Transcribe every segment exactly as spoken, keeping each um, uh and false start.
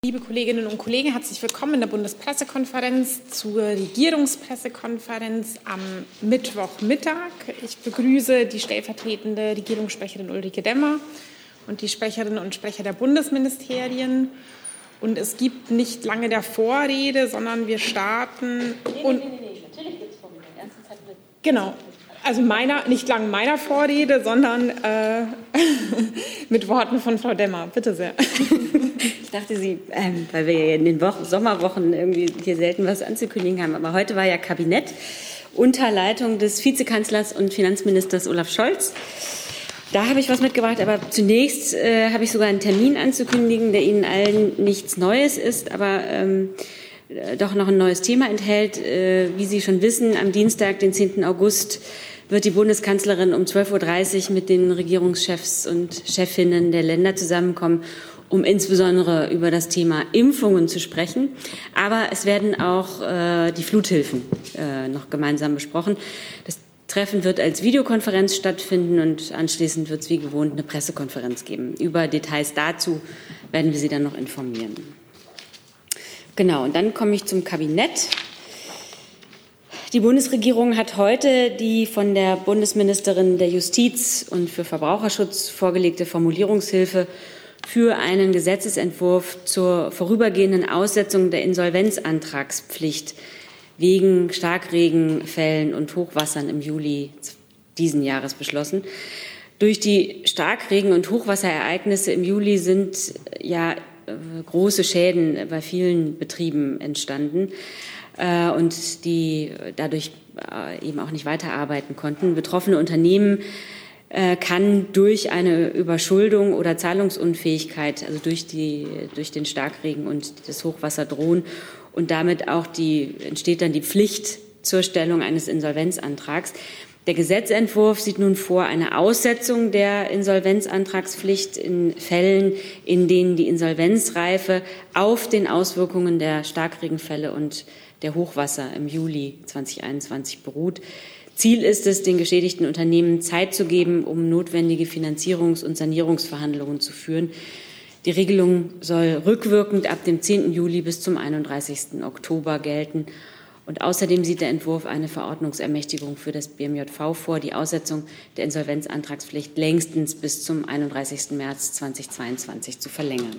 Liebe Kolleginnen und Kollegen, herzlich willkommen in der Bundespressekonferenz zur Regierungspressekonferenz am Mittwochmittag. Ich begrüße die stellvertretende Regierungssprecherin Ulrike Demmer und die Sprecherinnen und Sprecher der Bundesministerien. Und es gibt nicht lange der Vorrede, sondern wir starten. Nee, und nee, nee, nee, natürlich gibt es Vorrede. Erstens hatten wir genau. Also meiner, nicht lang meiner Vorrede, sondern äh, mit Worten von Frau Demmer. Bitte sehr. Ich dachte, Sie, ähm, weil wir ja in den Wochen, Sommerwochen irgendwie hier selten was anzukündigen haben, aber heute war ja Kabinett unter Leitung des Vizekanzlers und Finanzministers Olaf Scholz. Da habe ich was mitgebracht, aber zunächst äh, habe ich sogar einen Termin anzukündigen, der Ihnen allen nichts Neues ist, aber ähm, doch noch ein neues Thema enthält. Äh, wie Sie schon wissen, am Dienstag, den zehnten August, wird die Bundeskanzlerin um zwölf Uhr dreißig mit den Regierungschefs und Chefinnen der Länder zusammenkommen, um insbesondere über das Thema Impfungen zu sprechen. Aber es werden auch äh, die Fluthilfen äh, noch gemeinsam besprochen. Das Treffen wird als Videokonferenz stattfinden und anschließend wird es wie gewohnt eine Pressekonferenz geben. Über Details dazu werden wir Sie dann noch informieren. Genau, und dann komme ich zum Kabinett. Die Bundesregierung hat heute die von der Bundesministerin der Justiz und für Verbraucherschutz vorgelegte Formulierungshilfe für einen Gesetzesentwurf zur vorübergehenden Aussetzung der Insolvenzantragspflicht wegen Starkregenfällen und Hochwassern im Juli diesen Jahres beschlossen. Durch die Starkregen- und Hochwasserereignisse im Juli sind ja große Schäden bei vielen Betrieben entstanden äh, und die dadurch äh, eben auch nicht weiterarbeiten konnten. Betroffene Unternehmen äh, kann durch eine Überschuldung oder Zahlungsunfähigkeit, also durch, die, durch den Starkregen und das Hochwasser drohen und damit auch die, entsteht dann die Pflicht zur Stellung eines Insolvenzantrags. Der Gesetzentwurf sieht nun vor eine Aussetzung der Insolvenzantragspflicht in Fällen, in denen die Insolvenzreife auf den Auswirkungen der Starkregenfälle und der Hochwasser im Juli zweitausendeinundzwanzig beruht. Ziel ist es, den geschädigten Unternehmen Zeit zu geben, um notwendige Finanzierungs- und Sanierungsverhandlungen zu führen. Die Regelung soll rückwirkend ab dem zehnten Juli bis zum einunddreißigsten Oktober gelten. Und außerdem sieht der Entwurf eine Verordnungsermächtigung für das B M J V vor, die Aussetzung der Insolvenzantragspflicht längstens bis zum einunddreißigsten März zweitausendzweiundzwanzig zu verlängern.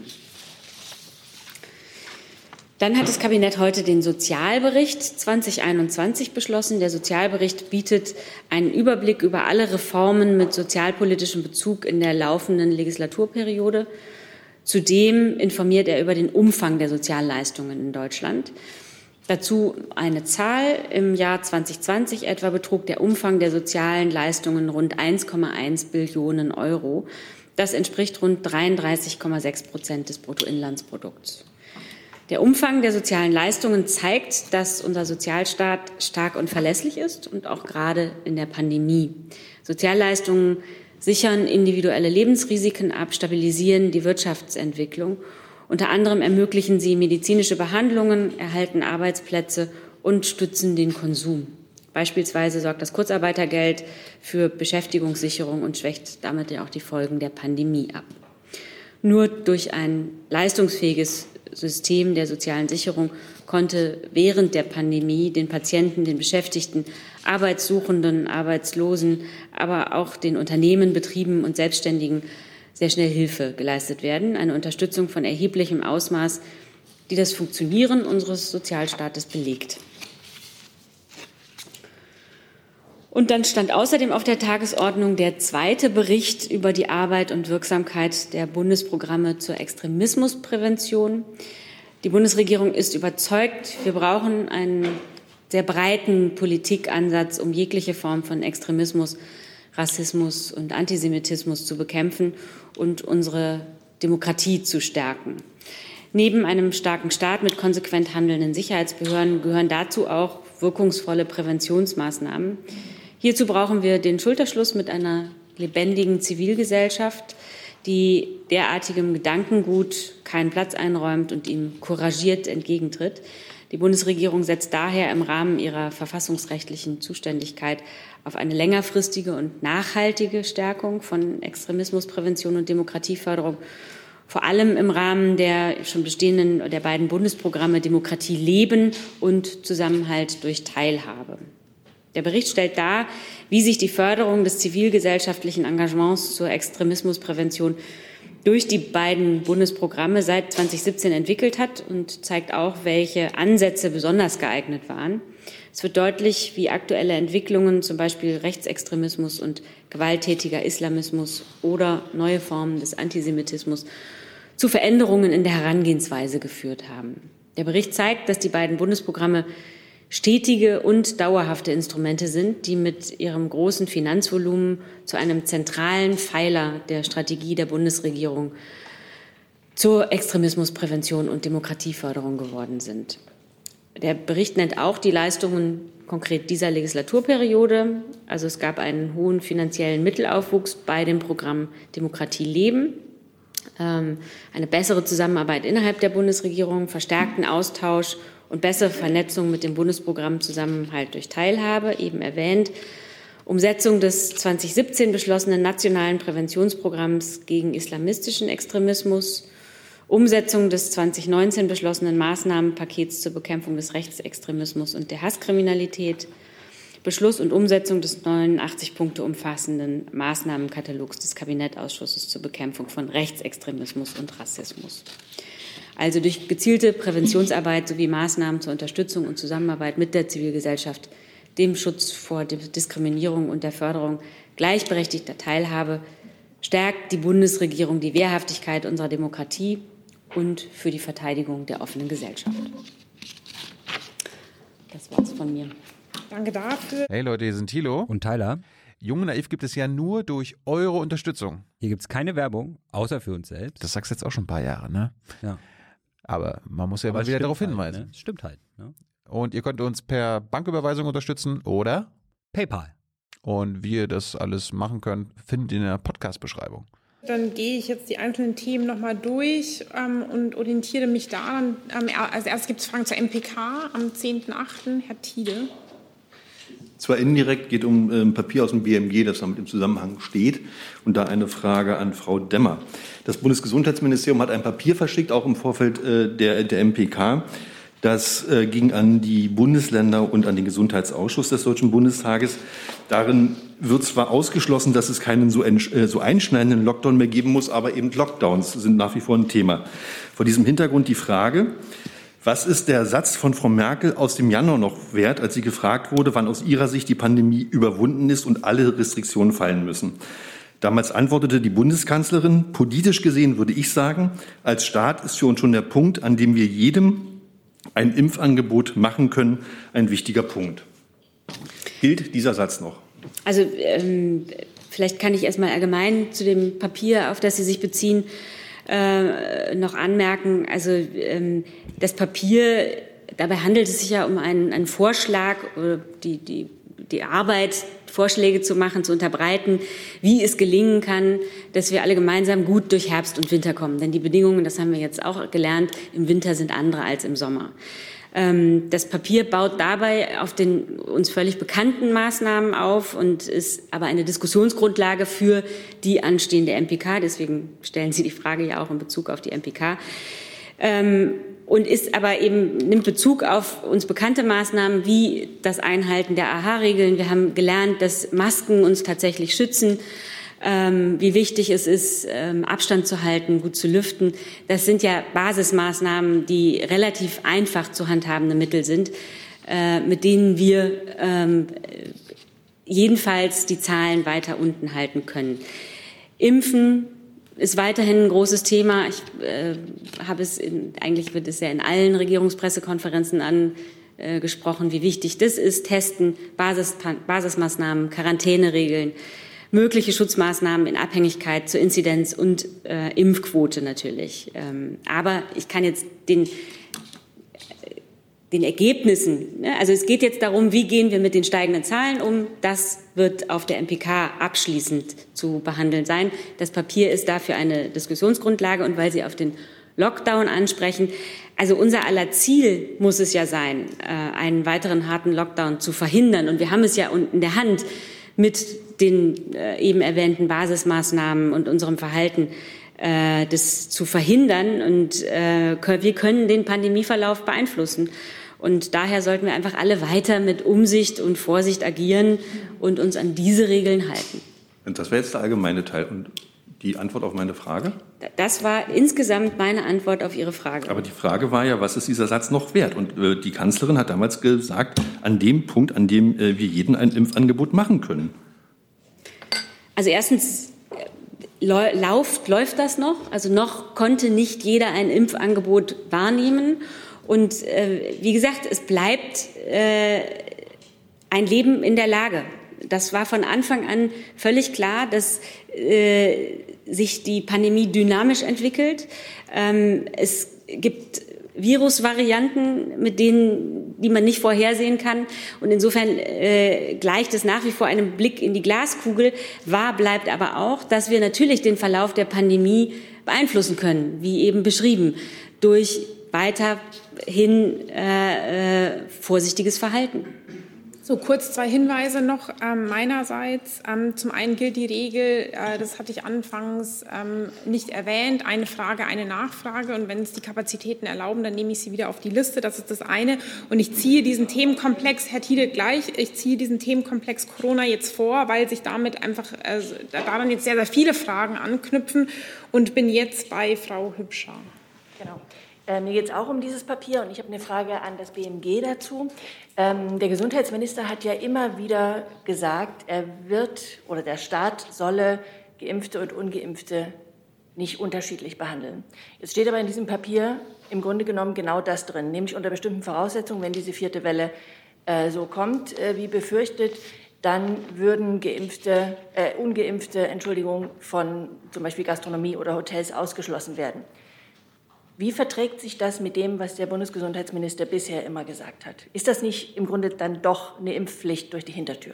Dann hat das Kabinett heute den Sozialbericht zweitausendeinundzwanzig beschlossen. Der Sozialbericht bietet einen Überblick über alle Reformen mit sozialpolitischem Bezug in der laufenden Legislaturperiode. Zudem informiert er über den Umfang der Sozialleistungen in Deutschland. Dazu eine Zahl. Im Jahr zweitausendzwanzig etwa betrug der Umfang der sozialen Leistungen rund eins Komma eins Billionen Euro. Das entspricht rund dreiunddreißig Komma sechs Prozent des Bruttoinlandsprodukts. Der Umfang der sozialen Leistungen zeigt, dass unser Sozialstaat stark und verlässlich ist und auch gerade in der Pandemie. Sozialleistungen sichern individuelle Lebensrisiken ab, stabilisieren die Wirtschaftsentwicklung. Unter anderem ermöglichen sie medizinische Behandlungen, erhalten Arbeitsplätze und stützen den Konsum. Beispielsweise sorgt das Kurzarbeitergeld für Beschäftigungssicherung und schwächt damit ja auch die Folgen der Pandemie ab. Nur durch ein leistungsfähiges System der sozialen Sicherung konnte während der Pandemie den Patienten, den Beschäftigten, Arbeitssuchenden, Arbeitslosen, aber auch den Unternehmen, Betrieben und Selbstständigen sehr schnell Hilfe geleistet werden. Eine Unterstützung von erheblichem Ausmaß, die das Funktionieren unseres Sozialstaates belegt. Und dann stand außerdem auf der Tagesordnung der zweite Bericht über die Arbeit und Wirksamkeit der Bundesprogramme zur Extremismusprävention. Die Bundesregierung ist überzeugt, wir brauchen einen sehr breiten Politikansatz, um jegliche Form von Extremismus, Rassismus und Antisemitismus zu bekämpfen und unsere Demokratie zu stärken. Neben einem starken Staat mit konsequent handelnden Sicherheitsbehörden gehören dazu auch wirkungsvolle Präventionsmaßnahmen. Hierzu brauchen wir den Schulterschluss mit einer lebendigen Zivilgesellschaft, die derartigem Gedankengut keinen Platz einräumt und ihm couragiert entgegentritt. Die Bundesregierung setzt daher im Rahmen ihrer verfassungsrechtlichen Zuständigkeit auf eine längerfristige und nachhaltige Stärkung von Extremismusprävention und Demokratieförderung. vor allem im Rahmen der schon bestehenden der beiden Bundesprogramme Demokratie leben und Zusammenhalt durch Teilhabe. Der Bericht stellt dar, wie sich die Förderung des zivilgesellschaftlichen Engagements zur Extremismusprävention durch die beiden Bundesprogramme seit zweitausendsiebzehn entwickelt hat und zeigt auch, welche Ansätze besonders geeignet waren. Es wird deutlich, wie aktuelle Entwicklungen, zum Beispiel Rechtsextremismus und gewalttätiger Islamismus oder neue Formen des Antisemitismus, zu Veränderungen in der Herangehensweise geführt haben. Der Bericht zeigt, dass die beiden Bundesprogramme stetige und dauerhafte Instrumente sind, die mit ihrem großen Finanzvolumen zu einem zentralen Pfeiler der Strategie der Bundesregierung zur Extremismusprävention und Demokratieförderung geworden sind. Der Bericht nennt auch die Leistungen konkret dieser Legislaturperiode. Also es gab einen hohen finanziellen Mittelaufwuchs bei dem Programm Demokratie leben, eine bessere Zusammenarbeit innerhalb der Bundesregierung, verstärkten Austausch und bessere Vernetzung mit dem Bundesprogramm Zusammenhalt durch Teilhabe, eben erwähnt, Umsetzung des zweitausendsiebzehn beschlossenen nationalen Präventionsprogramms gegen islamistischen Extremismus, Umsetzung des zweitausendneunzehn beschlossenen Maßnahmenpakets zur Bekämpfung des Rechtsextremismus und der Hasskriminalität, Beschluss und Umsetzung des neunundachtzig Punkte umfassenden Maßnahmenkatalogs des Kabinettausschusses zur Bekämpfung von Rechtsextremismus und Rassismus. Also durch gezielte Präventionsarbeit sowie Maßnahmen zur Unterstützung und Zusammenarbeit mit der Zivilgesellschaft, dem Schutz vor Diskriminierung und der Förderung gleichberechtigter Teilhabe stärkt die Bundesregierung die Wehrhaftigkeit unserer Demokratie und für die Verteidigung der offenen Gesellschaft. Das war's von mir. Danke dafür. Hey Leute, hier sind Thilo und Tyler. Jung und Naiv gibt es ja nur durch eure Unterstützung. Hier gibt es keine Werbung, außer für uns selbst. Das sagst du jetzt auch schon ein paar Jahre, ne? Ja. Aber man muss ja Aber mal wieder darauf halt, hinweisen. Ne? Stimmt halt. Ne? Und ihr könnt uns per Banküberweisung unterstützen oder PayPal. Und wie ihr das alles machen könnt, findet ihr in der Podcast-Beschreibung. Dann gehe ich jetzt die einzelnen Themen nochmal durch ähm, und orientiere mich da. Ähm, als erstes gibt es Fragen zur M P K am zehnten achten Herr Tiede. Zwar indirekt, geht um ein Papier aus dem B M G, das damit im Zusammenhang steht. Und da eine Frage an Frau Demmer. Das Bundesgesundheitsministerium hat ein Papier verschickt, auch im Vorfeld äh, der, der M P K. Das äh, ging an die Bundesländer und an den Gesundheitsausschuss des Deutschen Bundestages. Darin wird zwar ausgeschlossen, dass es keinen so, äh, so einschneidenden Lockdown mehr geben muss, aber eben Lockdowns sind nach wie vor ein Thema. Vor diesem Hintergrund die Frage: Was ist der Satz von Frau Merkel aus dem Januar noch wert, als sie gefragt wurde, wann aus ihrer Sicht die Pandemie überwunden ist und alle Restriktionen fallen müssen? Damals antwortete die Bundeskanzlerin: Politisch gesehen würde ich sagen, als Staat ist für uns schon der Punkt, an dem wir jedem ein Impfangebot machen können, ein wichtiger Punkt. Gilt dieser Satz noch? Also ähm, vielleicht kann ich erst mal allgemein zu dem Papier, auf das Sie sich beziehen, äh, noch anmerken. Also ähm, das Papier, dabei handelt es sich ja um einen, einen Vorschlag, oder die, die, die Arbeit, Vorschläge zu machen, zu unterbreiten, wie es gelingen kann, dass wir alle gemeinsam gut durch Herbst und Winter kommen. Denn die Bedingungen, das haben wir jetzt auch gelernt, im Winter sind andere als im Sommer. Das Papier baut dabei auf den uns völlig bekannten Maßnahmen auf und ist aber eine Diskussionsgrundlage für die anstehende M P K. Deswegen stellen Sie die Frage ja auch in Bezug auf die M P K. Und ist aber eben, nimmt Bezug auf uns bekannte Maßnahmen wie das Einhalten der A H-Regeln. Wir haben gelernt, dass Masken uns tatsächlich schützen, ähm, wie wichtig es ist, ähm, Abstand zu halten, gut zu lüften. Das sind ja Basismaßnahmen, die relativ einfach zu handhabende Mittel sind, äh, mit denen wir ähm, jedenfalls die Zahlen weiter unten halten können. Impfen ist weiterhin ein großes Thema. Ich äh, habe es in, eigentlich wird es ja in allen Regierungspressekonferenzen angesprochen, äh, wie wichtig das ist. Testen, Basis, Basismaßnahmen, Quarantäneregeln, mögliche Schutzmaßnahmen in Abhängigkeit zur Inzidenz und äh, Impfquote natürlich. Ähm, aber ich kann jetzt den den Ergebnissen, ne? Also es geht jetzt darum, wie gehen wir mit den steigenden Zahlen um. Das wird auf der M P K abschließend zu behandeln sein. Das Papier ist dafür eine Diskussionsgrundlage. Und weil Sie auf den Lockdown ansprechen, also unser aller Ziel muss es ja sein, einen weiteren harten Lockdown zu verhindern. Und wir haben es ja in der Hand mit den eben erwähnten Basismaßnahmen und unserem Verhalten, äh, das zu verhindern. Und äh, wir können den Pandemieverlauf beeinflussen. Und daher sollten wir einfach alle weiter mit Umsicht und Vorsicht agieren und uns an diese Regeln halten. Und das wäre jetzt der allgemeine Teil. Und die Antwort auf meine Frage? Das war insgesamt meine Antwort auf Ihre Frage. Aber die Frage war ja, was ist dieser Satz noch wert? Und äh, die Kanzlerin hat damals gesagt, an dem Punkt, an dem äh, wir jedem ein Impfangebot machen können. Also erstens äh, läuft, läuft das noch. Also noch konnte nicht jeder ein Impfangebot wahrnehmen. Und äh, wie gesagt, es bleibt äh, ein Leben in der Lage. Das war von Anfang an völlig klar, dass äh, sich die Pandemie dynamisch entwickelt. Ähm, es gibt Virusvarianten, mit denen, die man nicht vorhersehen kann. Und insofern äh, gleicht es nach wie vor einem Blick in die Glaskugel. Wahr bleibt aber auch, dass wir natürlich den Verlauf der Pandemie beeinflussen können, wie eben beschrieben, durch weiterhin äh, äh, vorsichtiges Verhalten. So, kurz zwei Hinweise noch ähm, meinerseits. Ähm, zum einen gilt die Regel, äh, das hatte ich anfangs ähm, nicht erwähnt, eine Frage, eine Nachfrage. Und wenn es die Kapazitäten erlauben, dann nehme ich sie wieder auf die Liste. Das ist das eine. Und ich ziehe diesen Themenkomplex, Herr Tiede gleich, ich ziehe diesen Themenkomplex Corona jetzt vor, weil sich damit einfach äh, daran jetzt sehr, sehr viele Fragen anknüpfen und bin jetzt bei Frau Hübscher. Genau. Äh, mir geht es auch um dieses Papier und ich habe eine Frage an das B M G dazu. Ähm, der Gesundheitsminister hat ja immer wieder gesagt, er wird oder der Staat solle Geimpfte und Ungeimpfte nicht unterschiedlich behandeln. Jetzt steht aber in diesem Papier im Grunde genommen genau das drin, nämlich unter bestimmten Voraussetzungen, wenn diese vierte Welle äh, so kommt, äh, wie befürchtet, dann würden Geimpfte, äh, Ungeimpfte, Entschuldigung, von zum Beispiel Gastronomie oder Hotels ausgeschlossen werden. Wie verträgt sich das mit dem, was der Bundesgesundheitsminister bisher immer gesagt hat? Ist das nicht im Grunde dann doch eine Impfpflicht durch die Hintertür?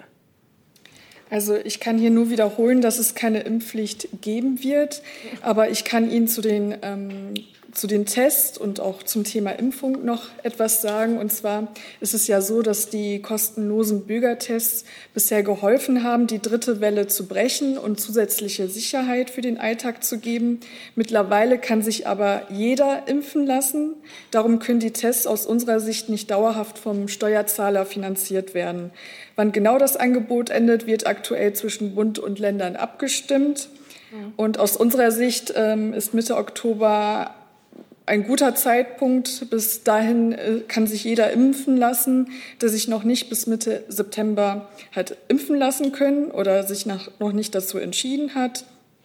Also ich kann hier nur wiederholen, dass es keine Impfpflicht geben wird. Aber ich kann Ihnen zu den, ähm, zu den Tests und auch zum Thema Impfung noch etwas sagen. Und zwar ist es ja so, dass die kostenlosen Bürgertests bisher geholfen haben, die dritte Welle zu brechen und zusätzliche Sicherheit für den Alltag zu geben. Mittlerweile kann sich aber jeder impfen lassen. Darum können die Tests aus unserer Sicht nicht dauerhaft vom Steuerzahler finanziert werden. Wann genau das Angebot endet, wird aktuell zwischen Bund und Ländern abgestimmt. Und aus unserer Sicht ähm, ist Mitte Oktober ein guter Zeitpunkt. Bis dahin äh, kann sich jeder impfen lassen, der sich noch nicht bis Mitte September hat impfen lassen können oder sich nach, noch nicht dazu entschieden hat.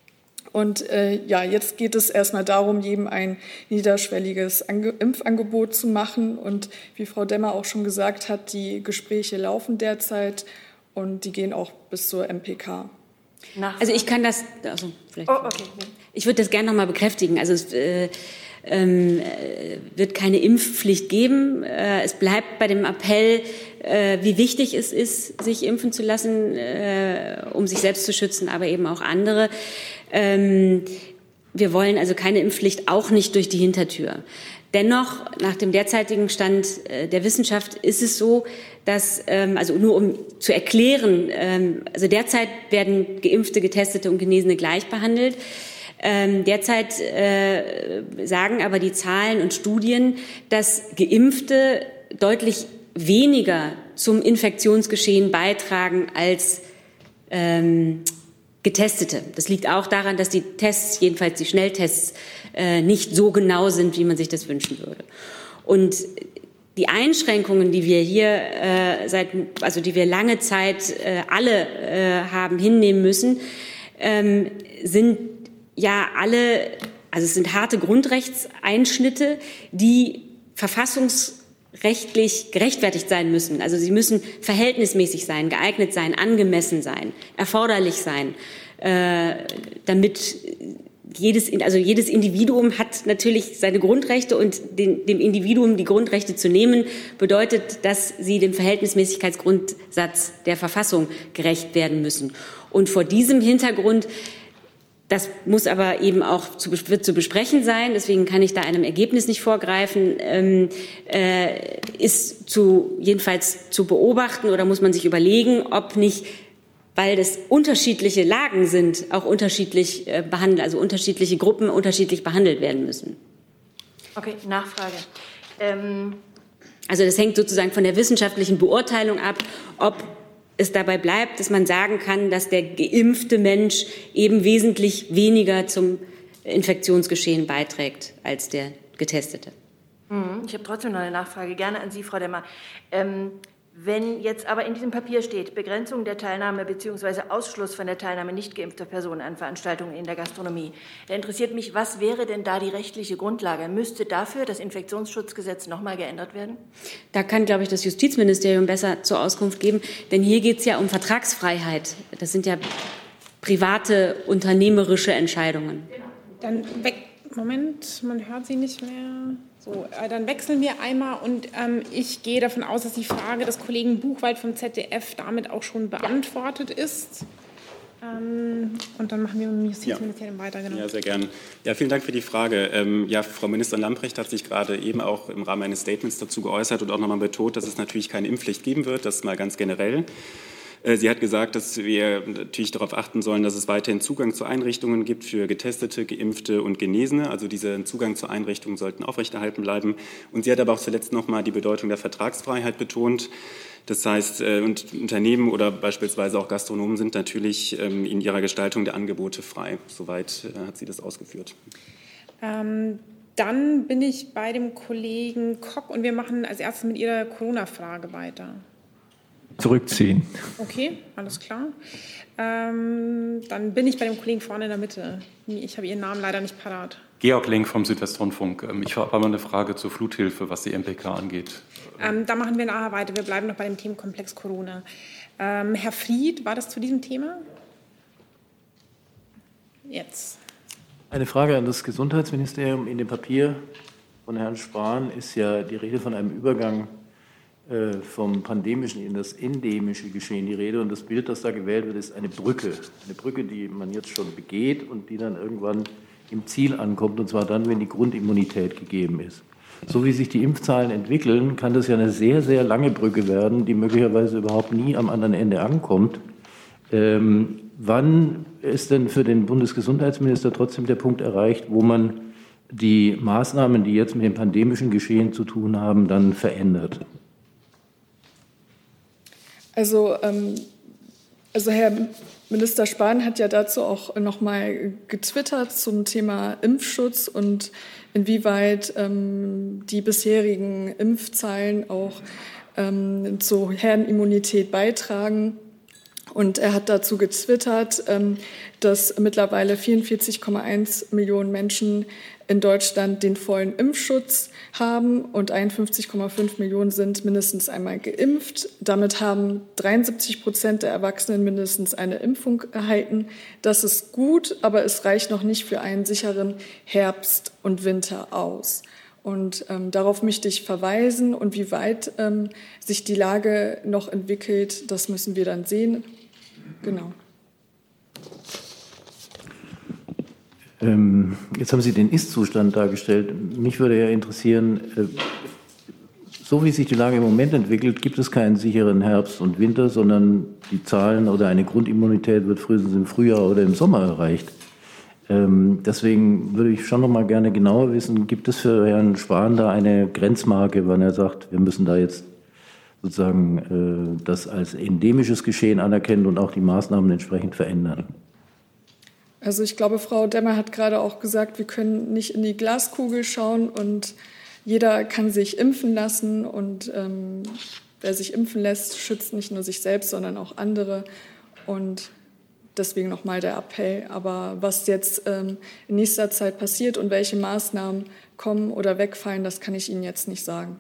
Und äh, ja, jetzt geht es erstmal darum, jedem ein niederschwelliges Ange- Impfangebot zu machen. Und wie Frau Demmer auch schon gesagt hat, die Gespräche laufen derzeit und die gehen auch bis zur M P K. Also ich kann das, also vielleicht, oh, okay. Ich würde das gerne noch mal bekräftigen. Also es äh, ähm, wird keine Impfpflicht geben. Äh, es bleibt bei dem Appell, äh, wie wichtig es ist, sich impfen zu lassen, äh, um sich selbst zu schützen, aber eben auch andere. Ähm, wir wollen also keine Impfpflicht, auch nicht durch die Hintertür. Dennoch, nach dem derzeitigen Stand äh, der Wissenschaft ist es so, dass, ähm, also nur um zu erklären, ähm, also derzeit werden Geimpfte, Getestete und Genesene gleich behandelt. Ähm, derzeit äh, sagen aber die Zahlen und Studien, dass Geimpfte deutlich weniger zum Infektionsgeschehen beitragen als ähm, Getestete. Das liegt auch daran, dass die Tests, jedenfalls die Schnelltests, äh, nicht so genau sind, wie man sich das wünschen würde. Und die Einschränkungen, die wir hier äh, seit, also die wir lange Zeit äh, alle äh, haben hinnehmen müssen, ähm, sind ja alle, also es sind harte Grundrechtseinschnitte, die verfassungsrechtlich gerechtfertigt sein müssen. Also sie müssen verhältnismäßig sein, geeignet sein, angemessen sein, erforderlich sein, äh, damit jedes, also jedes Individuum hat natürlich seine Grundrechte und den, dem Individuum die Grundrechte zu nehmen, bedeutet, dass sie dem Verhältnismäßigkeitsgrundsatz der Verfassung gerecht werden müssen. Und vor diesem Hintergrund, das muss aber eben auch zu, wird zu besprechen sein, deswegen kann ich da einem Ergebnis nicht vorgreifen, ähm, äh, ist zu, jedenfalls zu beobachten oder muss man sich überlegen, ob nicht weil das unterschiedliche Lagen sind, auch unterschiedlich äh, behandelt, also unterschiedliche Gruppen unterschiedlich behandelt werden müssen. Okay, Nachfrage. Ähm Also das hängt sozusagen von der wissenschaftlichen Beurteilung ab, ob es dabei bleibt, dass man sagen kann, dass der geimpfte Mensch eben wesentlich weniger zum Infektionsgeschehen beiträgt als der Getestete. Ich habe trotzdem noch eine Nachfrage, gerne an Sie, Frau Demmer. Ähm, wenn jetzt aber in diesem Papier steht, Begrenzung der Teilnahme bzw. Ausschluss von der Teilnahme nicht geimpfter Personen an Veranstaltungen in der Gastronomie, da interessiert mich, was wäre denn da die rechtliche Grundlage? Müsste dafür das Infektionsschutzgesetz noch mal geändert werden? Da kann, glaube ich, das Justizministerium besser zur Auskunft geben, denn hier geht es ja um Vertragsfreiheit. Das sind ja private, unternehmerische Entscheidungen. Dann weg, Moment, man hört Sie nicht mehr. So, äh, dann wechseln wir einmal und ähm, ich gehe davon aus, dass die Frage des Kollegen Buchwald vom Z D F damit auch schon beantwortet ist. Ähm, und dann machen wir mit dem Justizministerium ja. weiter. Genau. Ja, sehr gern. Ja, vielen Dank für die Frage. Ähm, ja, Frau Ministerin Lambrecht hat sich gerade eben auch im Rahmen eines Statements dazu geäußert und auch nochmal betont, dass es natürlich keine Impfpflicht geben wird, das mal ganz generell. Sie hat gesagt, dass wir natürlich darauf achten sollen, dass es weiterhin Zugang zu Einrichtungen gibt für Getestete, Geimpfte und Genesene. Also dieser Zugang zu Einrichtungen sollten aufrechterhalten bleiben. Und sie hat aber auch zuletzt noch mal die Bedeutung der Vertragsfreiheit betont. Das heißt, und Unternehmen oder beispielsweise auch Gastronomen sind natürlich in ihrer Gestaltung der Angebote frei. Soweit hat sie das ausgeführt. Ähm, dann bin ich bei dem Kollegen Kock und wir machen als erstes mit Ihrer Corona-Frage weiter. Zurückziehen. Okay, alles klar. Ähm, dann bin ich bei dem Kollegen vorne in der Mitte. Ich habe Ihren Namen leider nicht parat. Georg Link vom Südwestrundfunk. Ich habe aber eine Frage zur Fluthilfe, was die M P K angeht. Ähm, da machen wir nachher weiter. Wir bleiben noch bei dem Themenkomplex Corona. Ähm, Herr Fried, war das zu diesem Thema? Jetzt. Eine Frage an das Gesundheitsministerium. In dem Papier von Herrn Spahn ist ja die Rede von einem Übergang vom pandemischen in das endemische Geschehen die Rede. Und das Bild, das da gewählt wird, ist eine Brücke. Eine Brücke, die man jetzt schon begeht und die dann irgendwann im Ziel ankommt, und zwar dann, wenn die Grundimmunität gegeben ist. So wie sich die Impfzahlen entwickeln, kann das ja eine sehr, sehr lange Brücke werden, die möglicherweise überhaupt nie am anderen Ende ankommt. Ähm, wann ist denn für den Bundesgesundheitsminister trotzdem der Punkt erreicht, wo man die Maßnahmen, die jetzt mit dem pandemischen Geschehen zu tun haben, dann verändert? Also, ähm, also Herr Minister Spahn hat ja dazu auch noch mal getwittert zum Thema Impfschutz und inwieweit ähm, die bisherigen Impfzahlen auch ähm, zur Herdenimmunität beitragen. Und er hat dazu getwittert, ähm, dass mittlerweile vierundvierzig Komma eins Millionen Menschen in Deutschland den vollen Impfschutz haben und einundfünfzig Komma fünf Millionen sind mindestens einmal geimpft. Damit haben dreiundsiebzig Prozent der Erwachsenen mindestens eine Impfung erhalten. Das ist gut, aber es reicht noch nicht für einen sicheren Herbst und Winter aus. Und ähm, darauf möchte ich verweisen. Und wie weit ähm, sich die Lage noch entwickelt, das müssen wir dann sehen. Genau. Ähm, jetzt haben Sie den Ist-Zustand dargestellt. Mich würde ja interessieren, äh, so wie sich die Lage im Moment entwickelt, gibt es keinen sicheren Herbst und Winter, sondern die Zahlen oder eine Grundimmunität wird frühestens im Frühjahr oder im Sommer erreicht. Ähm, deswegen würde ich schon noch mal gerne genauer wissen, gibt es für Herrn Spahn da eine Grenzmarke, wann er sagt, wir müssen da jetzt sozusagen äh, das als endemisches Geschehen anerkennen und auch die Maßnahmen entsprechend verändern? Also ich glaube, Frau Demmer hat gerade auch gesagt, wir können nicht in die Glaskugel schauen und jeder kann sich impfen lassen. Und ähm, wer sich impfen lässt, schützt nicht nur sich selbst, sondern auch andere. Und deswegen nochmal der Appell. Aber was jetzt ähm, in nächster Zeit passiert und welche Maßnahmen kommen oder wegfallen, das kann ich Ihnen jetzt nicht sagen.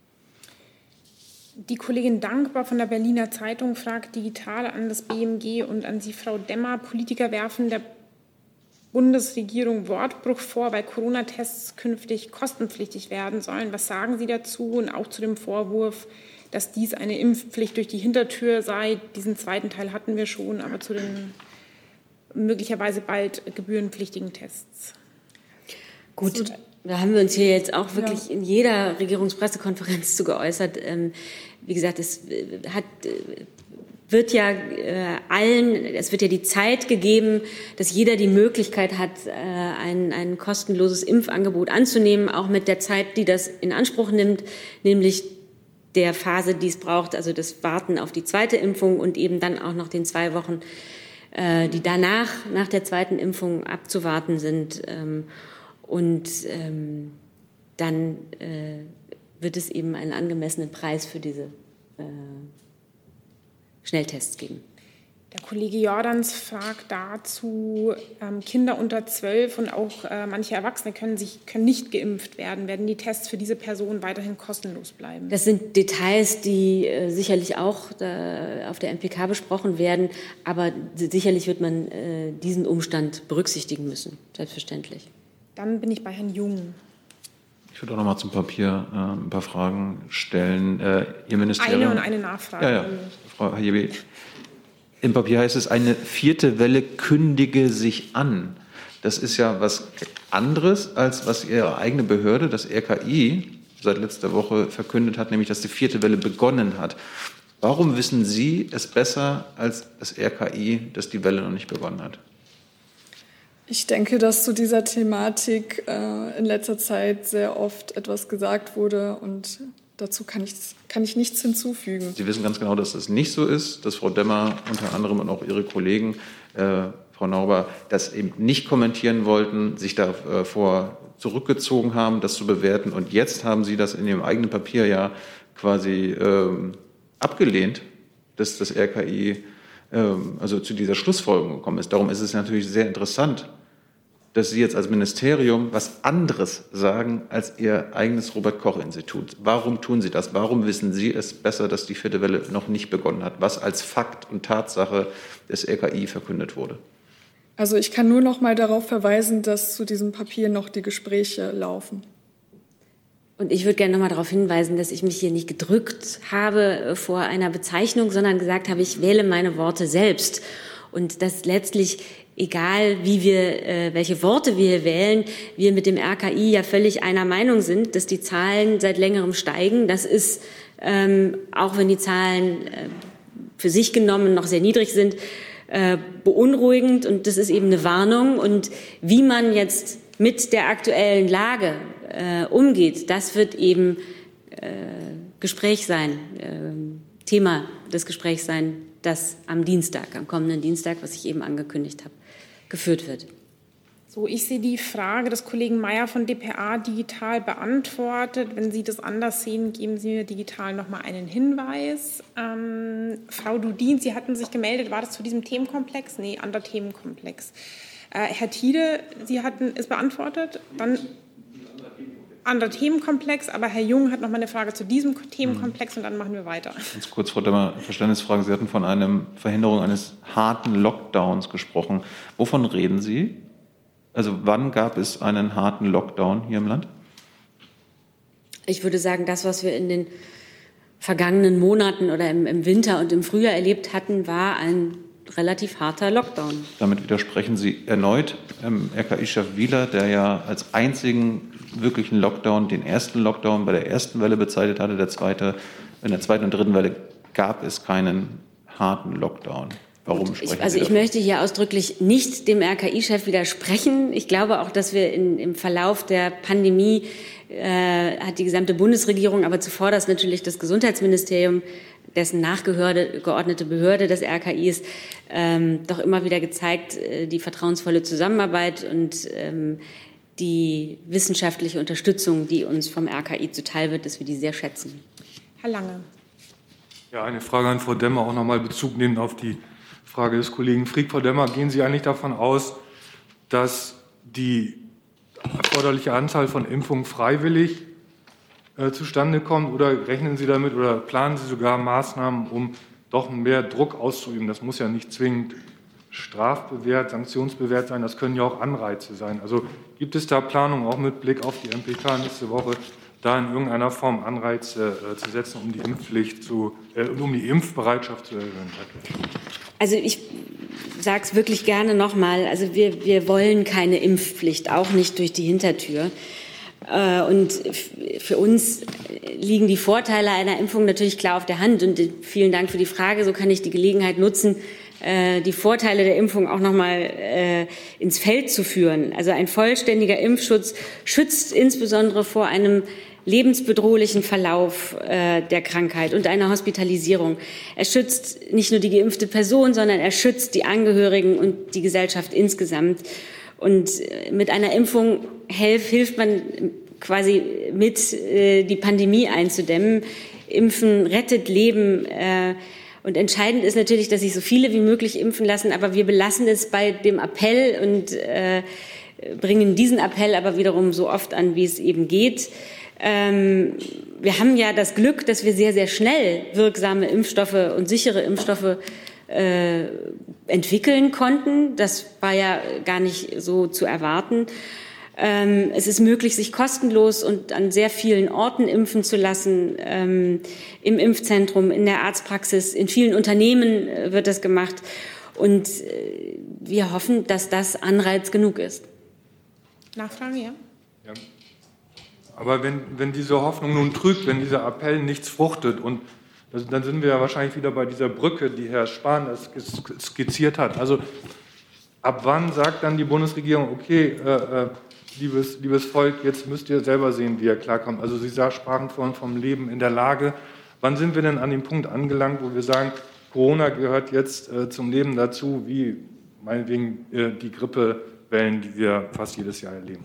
Die Kollegin Dankbar von der Berliner Zeitung fragt digital an das B M G und an Sie, Frau Demmer. Politiker werfen der Bundesregierung Wortbruch vor, weil Corona-Tests künftig kostenpflichtig werden sollen. Was sagen Sie dazu und auch zu dem Vorwurf, dass dies eine Impfpflicht durch die Hintertür sei? Diesen zweiten Teil hatten wir schon, aber zu den möglicherweise bald gebührenpflichtigen Tests. Gut, da haben wir uns hier jetzt auch wirklich ja. in jeder Regierungspressekonferenz zu geäußert. Ähm, wie gesagt, es hat... Äh, wird ja äh, allen, es wird ja die Zeit gegeben, dass jeder die Möglichkeit hat, äh, ein, ein kostenloses Impfangebot anzunehmen, auch mit der Zeit, die das in Anspruch nimmt, nämlich der Phase, die es braucht, also das Warten auf die zweite Impfung und eben dann auch noch den zwei Wochen, äh, die danach, nach der zweiten Impfung abzuwarten sind. Ähm, und ähm, dann äh, wird es eben einen angemessenen Preis für diese äh, Schnelltests geben. Der Kollege Jordans fragt dazu, ähm, Kinder unter zwölf und auch äh, manche Erwachsene können, sich, können nicht geimpft werden. Werden die Tests für diese Personen weiterhin kostenlos bleiben? Das sind Details, die äh, sicherlich auch äh, auf der M P K besprochen werden. Aber sicherlich wird man äh, diesen Umstand berücksichtigen müssen, selbstverständlich. Dann bin ich bei Herrn Jung. Ich würde auch noch mal zum Papier äh, ein paar Fragen stellen. Äh, Ihr Ministerium. Eine und eine Nachfrage. Ja, ja. Frau Hajebe. Im Papier heißt es, eine vierte Welle kündige sich an. Das ist ja was anderes, als was Ihre eigene Behörde, das R K I, seit letzter Woche verkündet hat, nämlich dass die vierte Welle begonnen hat. Warum wissen Sie es besser als das R K I, dass die Welle noch nicht begonnen hat? Ich denke, dass zu dieser Thematik äh, in letzter Zeit sehr oft etwas gesagt wurde und dazu kann ich, kann ich nichts hinzufügen. Sie wissen ganz genau, dass das nicht so ist, dass Frau Demmer unter anderem und auch Ihre Kollegen, äh, Frau Nauber, das eben nicht kommentieren wollten, sich davor äh, zurückgezogen haben, das zu bewerten. Und jetzt haben Sie das in Ihrem eigenen Papier ja quasi ähm, abgelehnt, dass das R K I ähm, also zu dieser Schlussfolgerung gekommen ist. Darum ist es natürlich sehr interessant, dass Sie jetzt als Ministerium was anderes sagen als Ihr eigenes Robert-Koch-Institut. Warum tun Sie das? Warum wissen Sie es besser, dass die vierte Welle noch nicht begonnen hat, was als Fakt und Tatsache des R K I verkündet wurde? Also ich kann nur noch mal darauf verweisen, dass zu diesem Papier noch die Gespräche laufen. Und ich würde gerne noch mal darauf hinweisen, dass ich mich hier nicht gedrückt habe vor einer Bezeichnung, sondern gesagt habe, ich wähle meine Worte selbst. Und dass letztlich, egal wie wir, äh, welche Worte wir wählen, wir mit dem R K I ja völlig einer Meinung sind, dass die Zahlen seit längerem steigen. Das ist, ähm, auch wenn die Zahlen äh, für sich genommen noch sehr niedrig sind, äh, beunruhigend. Und das ist eben eine Warnung. Und wie man jetzt mit der aktuellen Lage äh, umgeht, das wird eben äh, Gespräch sein, äh, Thema des Gesprächs sein, das am Dienstag, am kommenden Dienstag, was ich eben angekündigt habe, geführt wird. So, ich sehe die Frage des Kollegen Mayer von D P A digital beantwortet. Wenn Sie das anders sehen, geben Sie mir digital noch mal einen Hinweis. Ähm, Frau Dudin, Sie hatten sich gemeldet. War das zu diesem Themenkomplex? Nee, anderer Themenkomplex. Äh, Herr Thiede, Sie hatten es beantwortet. Dann anderer Themenkomplex, aber Herr Jung hat noch mal eine Frage zu diesem Themenkomplex und dann machen wir weiter. Ganz kurz, Frau Demmer, Verständnisfrage. Sie hatten von einer Verhinderung eines harten Lockdowns gesprochen. Wovon reden Sie? Also wann gab es einen harten Lockdown hier im Land? Ich würde sagen, das, was wir in den vergangenen Monaten oder im, im Winter und im Frühjahr erlebt hatten, war ein relativ harter Lockdown. Damit widersprechen Sie erneut ähm, R K I-Chef Wieler, der ja als einzigen wirklichen Lockdown den ersten Lockdown bei der ersten Welle bezeichnet hatte. Der zweite, in der zweiten und dritten Welle gab es keinen harten Lockdown. Warum sprechen ich, also Sie ich davon? möchte hier ausdrücklich nicht dem R K I-Chef widersprechen. Ich glaube auch, dass wir in, im Verlauf der Pandemie äh, hat die gesamte Bundesregierung, aber zuvor das natürlich das Gesundheitsministerium, dessen nachgeordnete Behörde des R K I ist, ähm, doch immer wieder gezeigt, äh, die vertrauensvolle Zusammenarbeit und ähm, die wissenschaftliche Unterstützung, die uns vom R K I zuteil wird, dass wir die sehr schätzen. Herr Lange. Ja, eine Frage an Frau Demmer, auch noch mal Bezug nehmen auf die Frage des Kollegen Frick. Frau Demmer, gehen Sie eigentlich davon aus, dass die erforderliche Anzahl von Impfungen freiwillig äh, zustande kommt, oder rechnen Sie damit oder planen Sie sogar Maßnahmen, um doch mehr Druck auszuüben? Das muss ja nicht zwingend strafbewehrt, sanktionsbewehrt sein, das können ja auch Anreize sein. Also gibt es da Planung, auch mit Blick auf die M P K nächste Woche, da in irgendeiner Form Anreize äh, zu setzen, um die Impfpflicht zu, äh, um die Impfbereitschaft zu erhöhen? Also ich sage es wirklich gerne nochmal, also wir, wir wollen keine Impfpflicht, auch nicht durch die Hintertür. Äh, und f- für uns liegen die Vorteile einer Impfung natürlich klar auf der Hand. Und vielen Dank für die Frage. So kann ich die Gelegenheit nutzen, die Vorteile der Impfung auch noch mal äh, ins Feld zu führen. Also ein vollständiger Impfschutz schützt insbesondere vor einem lebensbedrohlichen Verlauf äh, der Krankheit und einer Hospitalisierung. Er schützt nicht nur die geimpfte Person, sondern er schützt die Angehörigen und die Gesellschaft insgesamt. Und mit einer Impfung hilf, hilft man quasi mit, äh, die Pandemie einzudämmen. Impfen rettet Leben. Äh, und entscheidend ist natürlich, dass sich so viele wie möglich impfen lassen. Aber wir belassen es bei dem Appell und äh, bringen diesen Appell aber wiederum so oft an, wie es eben geht. Ähm, wir haben ja das Glück, dass wir sehr, sehr schnell wirksame Impfstoffe und sichere Impfstoffe äh, entwickeln konnten. Das war ja gar nicht so zu erwarten. Ähm, es ist möglich, sich kostenlos und an sehr vielen Orten impfen zu lassen, ähm, im Impfzentrum, in der Arztpraxis, in vielen Unternehmen äh, wird das gemacht. Und äh, wir hoffen, dass das Anreiz genug ist. Nachfrage, ja? Ja. Aber wenn, wenn diese Hoffnung nun trügt, wenn dieser Appell nichts fruchtet, und das, dann sind wir ja wahrscheinlich wieder bei dieser Brücke, die Herr Spahn skizziert hat. Also ab wann sagt dann die Bundesregierung, okay, äh, liebes, liebes Volk, jetzt müsst ihr selber sehen, wie ihr klarkommt. Also Sie sprachen vorhin vom Leben in der Lage. Wann sind wir denn an dem Punkt angelangt, wo wir sagen, Corona gehört jetzt äh, zum Leben dazu, wie meinetwegen äh, die Grippewellen, die wir fast jedes Jahr erleben?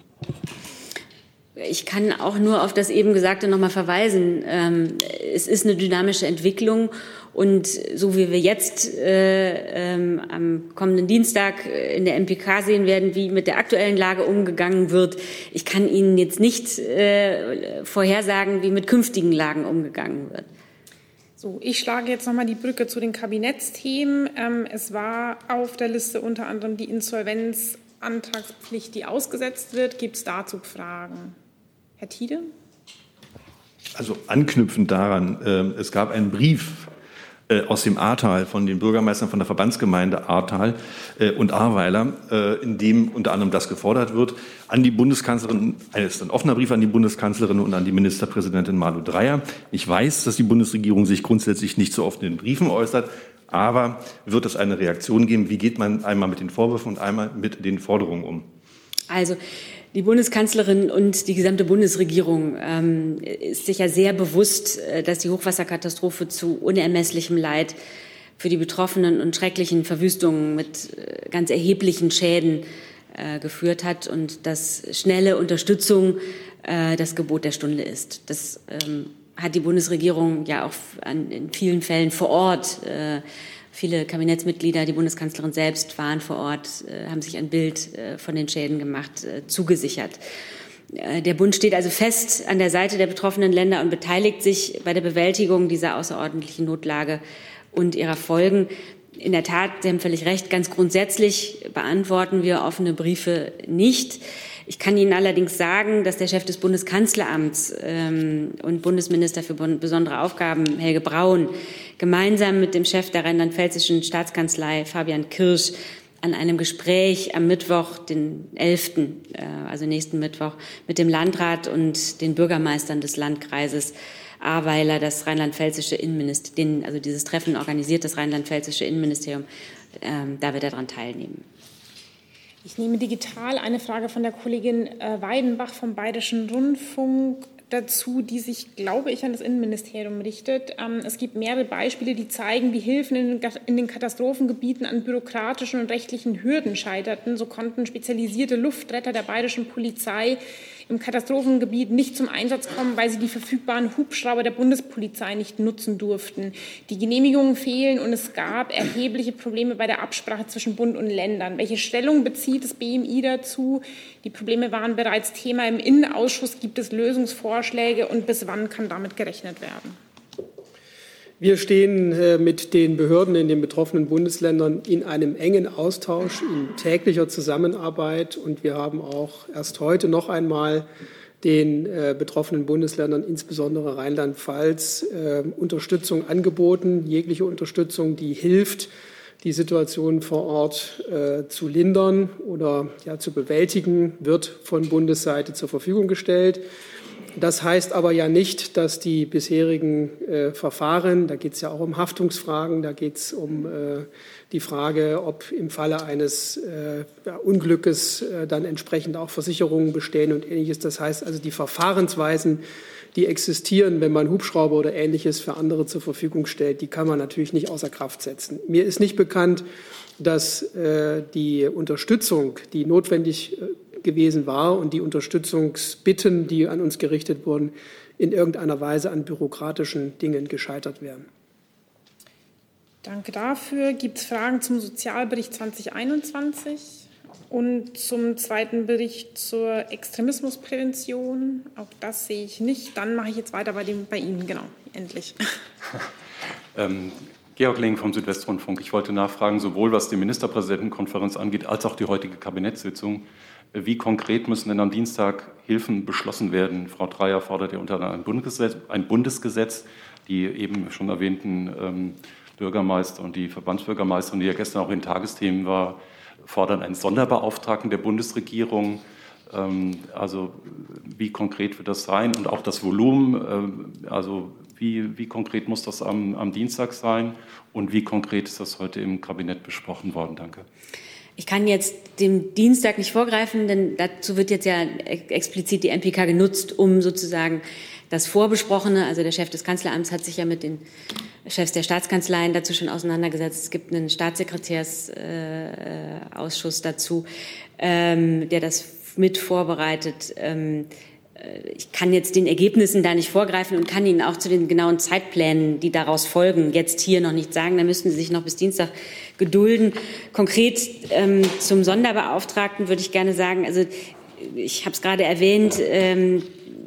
Ich kann auch nur auf das eben Gesagte noch mal verweisen. Es ist eine dynamische Entwicklung und so wie wir jetzt äh, ähm, am kommenden Dienstag in der M P K sehen werden, wie mit der aktuellen Lage umgegangen wird, ich kann Ihnen jetzt nicht äh, vorhersagen, wie mit künftigen Lagen umgegangen wird. So, ich schlage jetzt noch mal die Brücke zu den Kabinettsthemen. Ähm, es war auf der Liste unter anderem die Insolvenzantragspflicht, die ausgesetzt wird. Gibt es dazu Fragen? Herr Tiede? Also anknüpfend daran, äh, es gab einen Brief äh, aus dem Ahrtal von den Bürgermeistern von der Verbandsgemeinde Ahrtal äh, und Ahrweiler, äh, in dem unter anderem das gefordert wird, an die Bundeskanzlerin, es ist ein offener Brief an die Bundeskanzlerin und an die Ministerpräsidentin Malu Dreyer. Ich weiß, dass die Bundesregierung sich grundsätzlich nicht so oft in den Briefen äußert, aber wird es eine Reaktion geben? Wie geht man einmal mit den Vorwürfen und einmal mit den Forderungen um? Also die Bundeskanzlerin und die gesamte Bundesregierung ähm, ist sich ja sehr bewusst, äh, dass die Hochwasserkatastrophe zu unermesslichem Leid für die Betroffenen und schrecklichen Verwüstungen mit äh, ganz erheblichen Schäden äh, geführt hat und dass schnelle Unterstützung äh, das Gebot der Stunde ist. Das ähm, hat die Bundesregierung ja auch an, in vielen Fällen vor Ort äh, Viele Kabinettsmitglieder, die Bundeskanzlerin selbst waren vor Ort, äh, haben sich ein Bild äh, von den Schäden gemacht, äh, zugesichert. Äh, der Bund steht also fest an der Seite der betroffenen Länder und beteiligt sich bei der Bewältigung dieser außerordentlichen Notlage und ihrer Folgen. In der Tat, Sie haben völlig recht, ganz grundsätzlich beantworten wir offene Briefe nicht. Ich kann Ihnen allerdings sagen, dass der Chef des Bundeskanzleramts ähm, und Bundesminister für besondere Aufgaben, Helge Braun, gemeinsam mit dem Chef der rheinland-pfälzischen Staatskanzlei, Fabian Kirsch, an einem Gespräch am Mittwoch, den elften, äh, also nächsten Mittwoch, mit dem Landrat und den Bürgermeistern des Landkreises Ahrweiler, das rheinland-pfälzische Innenministerium, also dieses Treffen organisiert das rheinland-pfälzische Innenministerium, äh, da wird er daran teilnehmen. Ich nehme digital eine Frage von der Kollegin Weidenbach vom Bayerischen Rundfunk dazu, die sich, glaube ich, an das Innenministerium richtet. Es gibt mehrere Beispiele, die zeigen, wie Hilfen in den Katastrophengebieten an bürokratischen und rechtlichen Hürden scheiterten. So konnten spezialisierte Luftretter der bayerischen Polizei im Katastrophengebiet nicht zum Einsatz kommen, weil sie die verfügbaren Hubschrauber der Bundespolizei nicht nutzen durften. Die Genehmigungen fehlen und es gab erhebliche Probleme bei der Absprache zwischen Bund und Ländern. Welche Stellung bezieht das B M I dazu? Die Probleme waren bereits Thema im Innenausschuss. Gibt es Lösungsvorschläge und bis wann kann damit gerechnet werden? Wir stehen äh, mit den Behörden in den betroffenen Bundesländern in einem engen Austausch, in täglicher Zusammenarbeit. Und wir haben auch erst heute noch einmal den äh, betroffenen Bundesländern, insbesondere Rheinland-Pfalz, äh, Unterstützung angeboten, jegliche Unterstützung, die hilft, die Situation vor Ort äh, zu lindern oder ja, zu bewältigen, wird von Bundesseite zur Verfügung gestellt. Das heißt aber ja nicht, dass die bisherigen äh, Verfahren, da geht es ja auch um Haftungsfragen, da geht es um äh, die Frage, ob im Falle eines äh, ja, Unglückes äh, dann entsprechend auch Versicherungen bestehen und Ähnliches. Das heißt also, die Verfahrensweisen, die existieren, wenn man Hubschrauber oder Ähnliches für andere zur Verfügung stellt, die kann man natürlich nicht außer Kraft setzen. Mir ist nicht bekannt, dass äh, die Unterstützung, die notwendig äh, gewesen war und die Unterstützungsbitten, die an uns gerichtet wurden, in irgendeiner Weise an bürokratischen Dingen gescheitert wären. Danke dafür. Gibt es Fragen zum Sozialbericht zwanzig einundzwanzig und zum zweiten Bericht zur Extremismusprävention? Auch das sehe ich nicht. Dann mache ich jetzt weiter bei, dem, bei Ihnen. Genau, endlich. ähm, Georg Lehn vom Südwestrundfunk. Ich wollte nachfragen, sowohl was die Ministerpräsidentenkonferenz angeht, als auch die heutige Kabinettssitzung. Wie konkret müssen denn am Dienstag Hilfen beschlossen werden? Frau Dreyer fordert ja unter anderem ein Bundesgesetz, ein Bundesgesetz, die eben schon erwähnten ähm, Bürgermeister und die Verbandsbürgermeisterin, die ja gestern auch in Tagesthemen war, fordern einen Sonderbeauftragten der Bundesregierung. Ähm, also wie konkret wird das sein? Und auch das Volumen, äh, also wie, wie konkret muss das am, am Dienstag sein? Und wie konkret ist das heute im Kabinett besprochen worden? Danke. Ich kann jetzt dem Dienstag nicht vorgreifen, denn dazu wird jetzt ja explizit die M P K genutzt, um sozusagen das Vorbesprochene, also der Chef des Kanzleramts hat sich ja mit den Chefs der Staatskanzleien dazu schon auseinandergesetzt. Es gibt einen Staatssekretärsausschuss äh, dazu, ähm, der das mit vorbereitet. Ähm, Ich kann jetzt den Ergebnissen da nicht vorgreifen und kann Ihnen auch zu den genauen Zeitplänen, die daraus folgen, jetzt hier noch nicht sagen. Da müssten Sie sich noch bis Dienstag gedulden. Konkret ähm, zum Sonderbeauftragten würde ich gerne sagen, also ich habe es gerade erwähnt, ähm,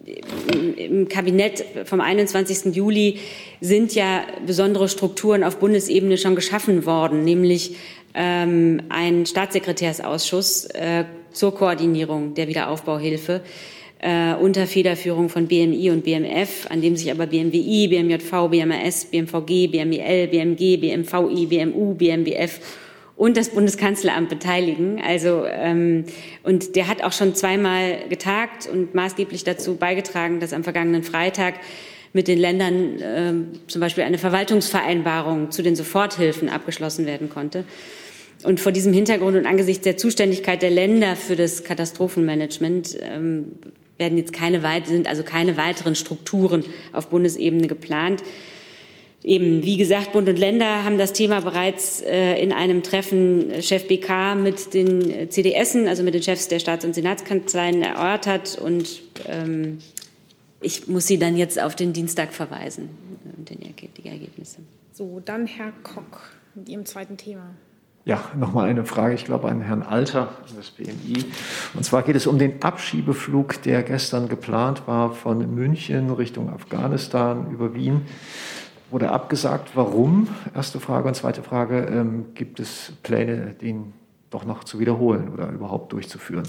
im Kabinett vom einundzwanzigsten Juli sind ja besondere Strukturen auf Bundesebene schon geschaffen worden, nämlich ähm, ein Staatssekretärsausschuss äh, zur Koordinierung der Wiederaufbauhilfe. Äh, unter Federführung von B M I und B M F, an dem sich aber B M W I, B M J V, B M A S, B M V G, B M E L, B M G, B M V I, B M U, B M B F und das Bundeskanzleramt beteiligen. Also, ähm, und der hat auch schon zweimal getagt und maßgeblich dazu beigetragen, dass am vergangenen Freitag mit den Ländern äh, zum Beispiel eine Verwaltungsvereinbarung zu den Soforthilfen abgeschlossen werden konnte. Und vor diesem Hintergrund und angesichts der Zuständigkeit der Länder für das Katastrophenmanagement ähm, werden jetzt keine, sind also keine weiteren Strukturen auf Bundesebene geplant. Eben, wie gesagt, Bund und Länder haben das Thema bereits äh, in einem Treffen Chef B K mit den C D Essen, also mit den Chefs der Staats- und Senatskanzleien, erörtert. Und ähm, ich muss Sie dann jetzt auf den Dienstag verweisen und die Ergebnisse. So, dann Herr Kock mit Ihrem zweiten Thema. Ja, nochmal eine Frage, ich glaube, an Herrn Alter, des B M I. Und zwar geht es um den Abschiebeflug, der gestern geplant war von München Richtung Afghanistan über Wien. Wurde abgesagt. Warum? Erste Frage. Und zweite Frage, ähm, gibt es Pläne, den doch noch zu wiederholen oder überhaupt durchzuführen?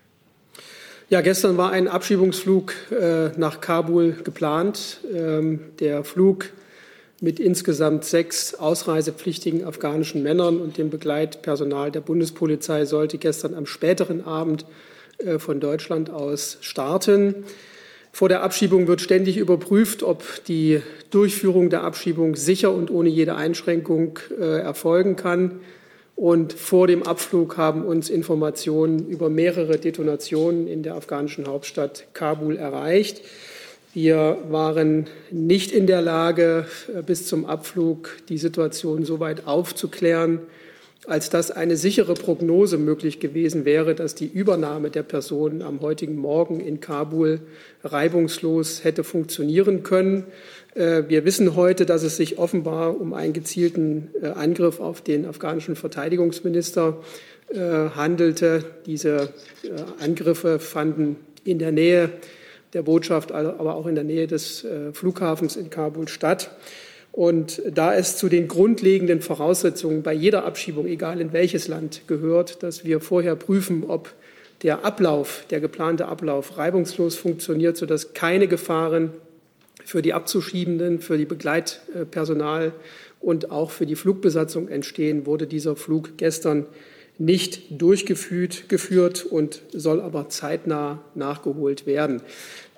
Ja, gestern war ein Abschiebungsflug äh, nach Kabul geplant. Ähm, der Flug mit insgesamt sechs ausreisepflichtigen afghanischen Männern und dem Begleitpersonal der Bundespolizei sollte gestern am späteren Abend äh, von Deutschland aus starten. Vor der Abschiebung wird ständig überprüft, ob die Durchführung der Abschiebung sicher und ohne jede Einschränkung äh, erfolgen kann. Und vor dem Abflug haben uns Informationen über mehrere Detonationen in der afghanischen Hauptstadt Kabul erreicht. Wir waren nicht in der Lage, bis zum Abflug die Situation so weit aufzuklären, als dass eine sichere Prognose möglich gewesen wäre, dass die Übernahme der Personen am heutigen Morgen in Kabul reibungslos hätte funktionieren können. Wir wissen heute, dass es sich offenbar um einen gezielten Angriff auf den afghanischen Verteidigungsminister handelte. Diese Angriffe fanden in der Nähe der Botschaft, aber auch in der Nähe des Flughafens in Kabul statt. Und da es zu den grundlegenden Voraussetzungen bei jeder Abschiebung, egal in welches Land, gehört, dass wir vorher prüfen, ob der Ablauf, der geplante Ablauf reibungslos funktioniert, sodass keine Gefahren für die Abzuschiebenden, für die Begleitpersonal und auch für die Flugbesatzung entstehen, wurde dieser Flug gestern nicht durchgeführt geführt und soll aber zeitnah nachgeholt werden.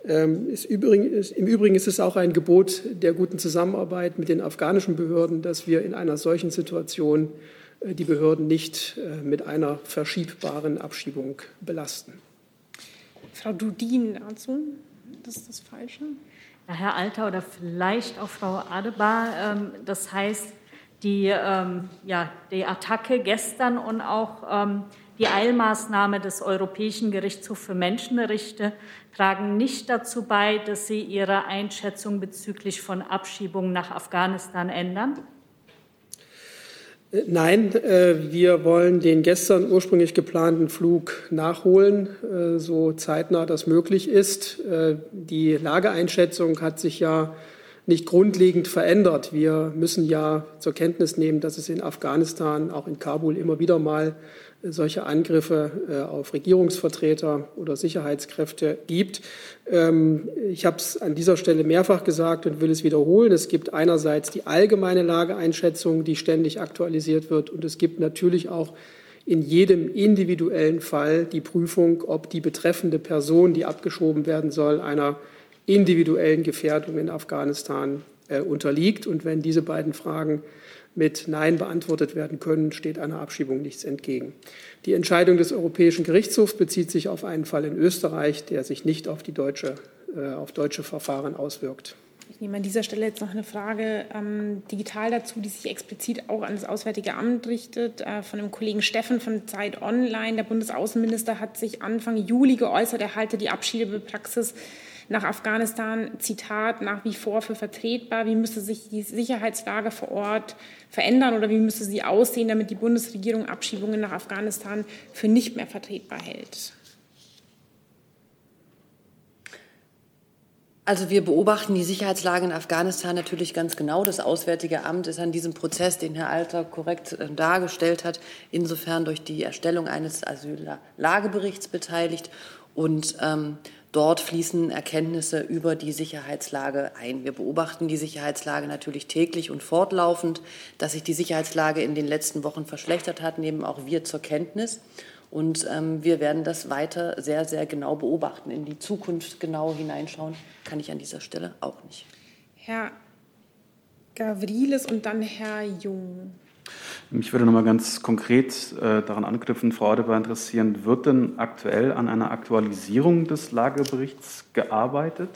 Ähm, ist übrigens, ist, Im Übrigen ist es auch ein Gebot der guten Zusammenarbeit mit den afghanischen Behörden, dass wir in einer solchen Situation äh, die Behörden nicht äh, mit einer verschiebbaren Abschiebung belasten. Frau Dudin dazu, das ist das Falsche. Ja, Herr Alter oder vielleicht auch Frau Adebar, ähm, das heißt, die, ähm, ja, die Attacke gestern und auch ähm, die Eilmaßnahme des Europäischen Gerichtshofs für Menschenrechte tragen nicht dazu bei, dass Sie Ihre Einschätzung bezüglich von Abschiebungen nach Afghanistan ändern? Nein, wir wollen den gestern ursprünglich geplanten Flug nachholen, so zeitnah das möglich ist. Die Lageeinschätzung hat sich ja nicht grundlegend verändert. Wir müssen ja zur Kenntnis nehmen, dass es in Afghanistan, auch in Kabul, immer wieder mal solche Angriffe auf Regierungsvertreter oder Sicherheitskräfte gibt. Ich habe es an dieser Stelle mehrfach gesagt und will es wiederholen. Es gibt einerseits die allgemeine Lageeinschätzung, die ständig aktualisiert wird, und es gibt natürlich auch in jedem individuellen Fall die Prüfung, ob die betreffende Person, die abgeschoben werden soll, einer individuellen Gefährdung in Afghanistan äh, unterliegt. Und wenn diese beiden Fragen mit Nein beantwortet werden können, steht einer Abschiebung nichts entgegen. Die Entscheidung des Europäischen Gerichtshofs bezieht sich auf einen Fall in Österreich, der sich nicht auf die deutsche, äh, auf deutsche Verfahren auswirkt. Ich nehme an dieser Stelle jetzt noch eine Frage ähm, digital dazu, die sich explizit auch an das Auswärtige Amt richtet, äh, von dem Kollegen Steffen von Zeit Online. Der Bundesaußenminister hat sich Anfang Juli geäußert, er halte die Abschiebepraxis nach Afghanistan, Zitat, nach wie vor für vertretbar. Wie müsste sich die Sicherheitslage vor Ort verändern oder wie müsste sie aussehen, damit die Bundesregierung Abschiebungen nach Afghanistan für nicht mehr vertretbar hält? Also wir beobachten die Sicherheitslage in Afghanistan natürlich ganz genau. Das Auswärtige Amt ist an diesem Prozess, den Herr Alter korrekt dargestellt hat, insofern durch die Erstellung eines Asyllageberichts beteiligt. Und ähm, dort fließen Erkenntnisse über die Sicherheitslage ein. Wir beobachten die Sicherheitslage natürlich täglich und fortlaufend. Dass sich die Sicherheitslage in den letzten Wochen verschlechtert hat, nehmen auch wir zur Kenntnis. Und ähm, wir werden das weiter sehr, sehr genau beobachten. In die Zukunft genau hineinschauen kann ich an dieser Stelle auch nicht. Herr Gavrilis und dann Herr Jung. Mich würde noch mal ganz konkret äh, daran anknüpfen, Frau Adebar, interessieren, wird denn aktuell an einer Aktualisierung des Lageberichts gearbeitet?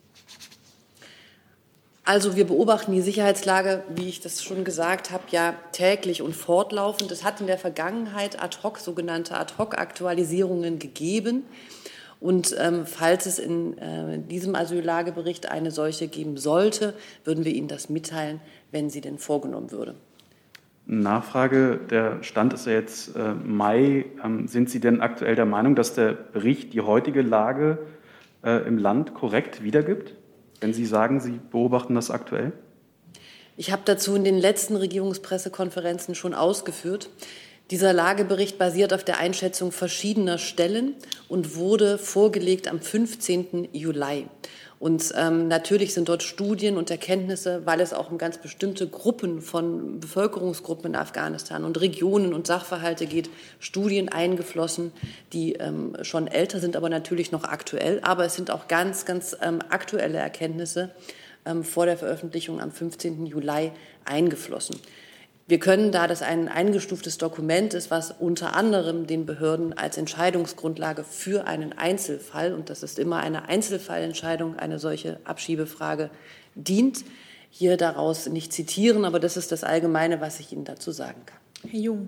Also wir beobachten die Sicherheitslage, wie ich das schon gesagt habe, ja täglich und fortlaufend. Es hat in der Vergangenheit ad hoc, sogenannte ad hoc Aktualisierungen gegeben. Und ähm, falls es in äh, diesem Asyllagebericht eine solche geben sollte, würden wir Ihnen das mitteilen, wenn sie denn vorgenommen würde. Nachfrage, der Stand ist ja jetzt äh, Mai. Ähm, sind Sie denn aktuell der Meinung, dass der Bericht die heutige Lage äh, im Land korrekt wiedergibt, wenn Sie sagen, Sie beobachten das aktuell? Ich habe dazu in den letzten Regierungspressekonferenzen schon ausgeführt. Dieser Lagebericht basiert auf der Einschätzung verschiedener Stellen und wurde vorgelegt am fünfzehnten Juli. Und ähm, natürlich sind dort Studien und Erkenntnisse, weil es auch um ganz bestimmte Gruppen von Bevölkerungsgruppen in Afghanistan und Regionen und Sachverhalte geht, Studien eingeflossen, die ähm, schon älter sind, aber natürlich noch aktuell. Aber es sind auch ganz, ganz ähm, aktuelle Erkenntnisse ähm, vor der Veröffentlichung am fünfzehnten Juli eingeflossen. Wir können, da das ein eingestuftes Dokument ist, was unter anderem den Behörden als Entscheidungsgrundlage für einen Einzelfall, und das ist immer eine Einzelfallentscheidung, eine solche Abschiebefrage dient, hier daraus nicht zitieren, aber das ist das Allgemeine, was ich Ihnen dazu sagen kann. Herr Jung.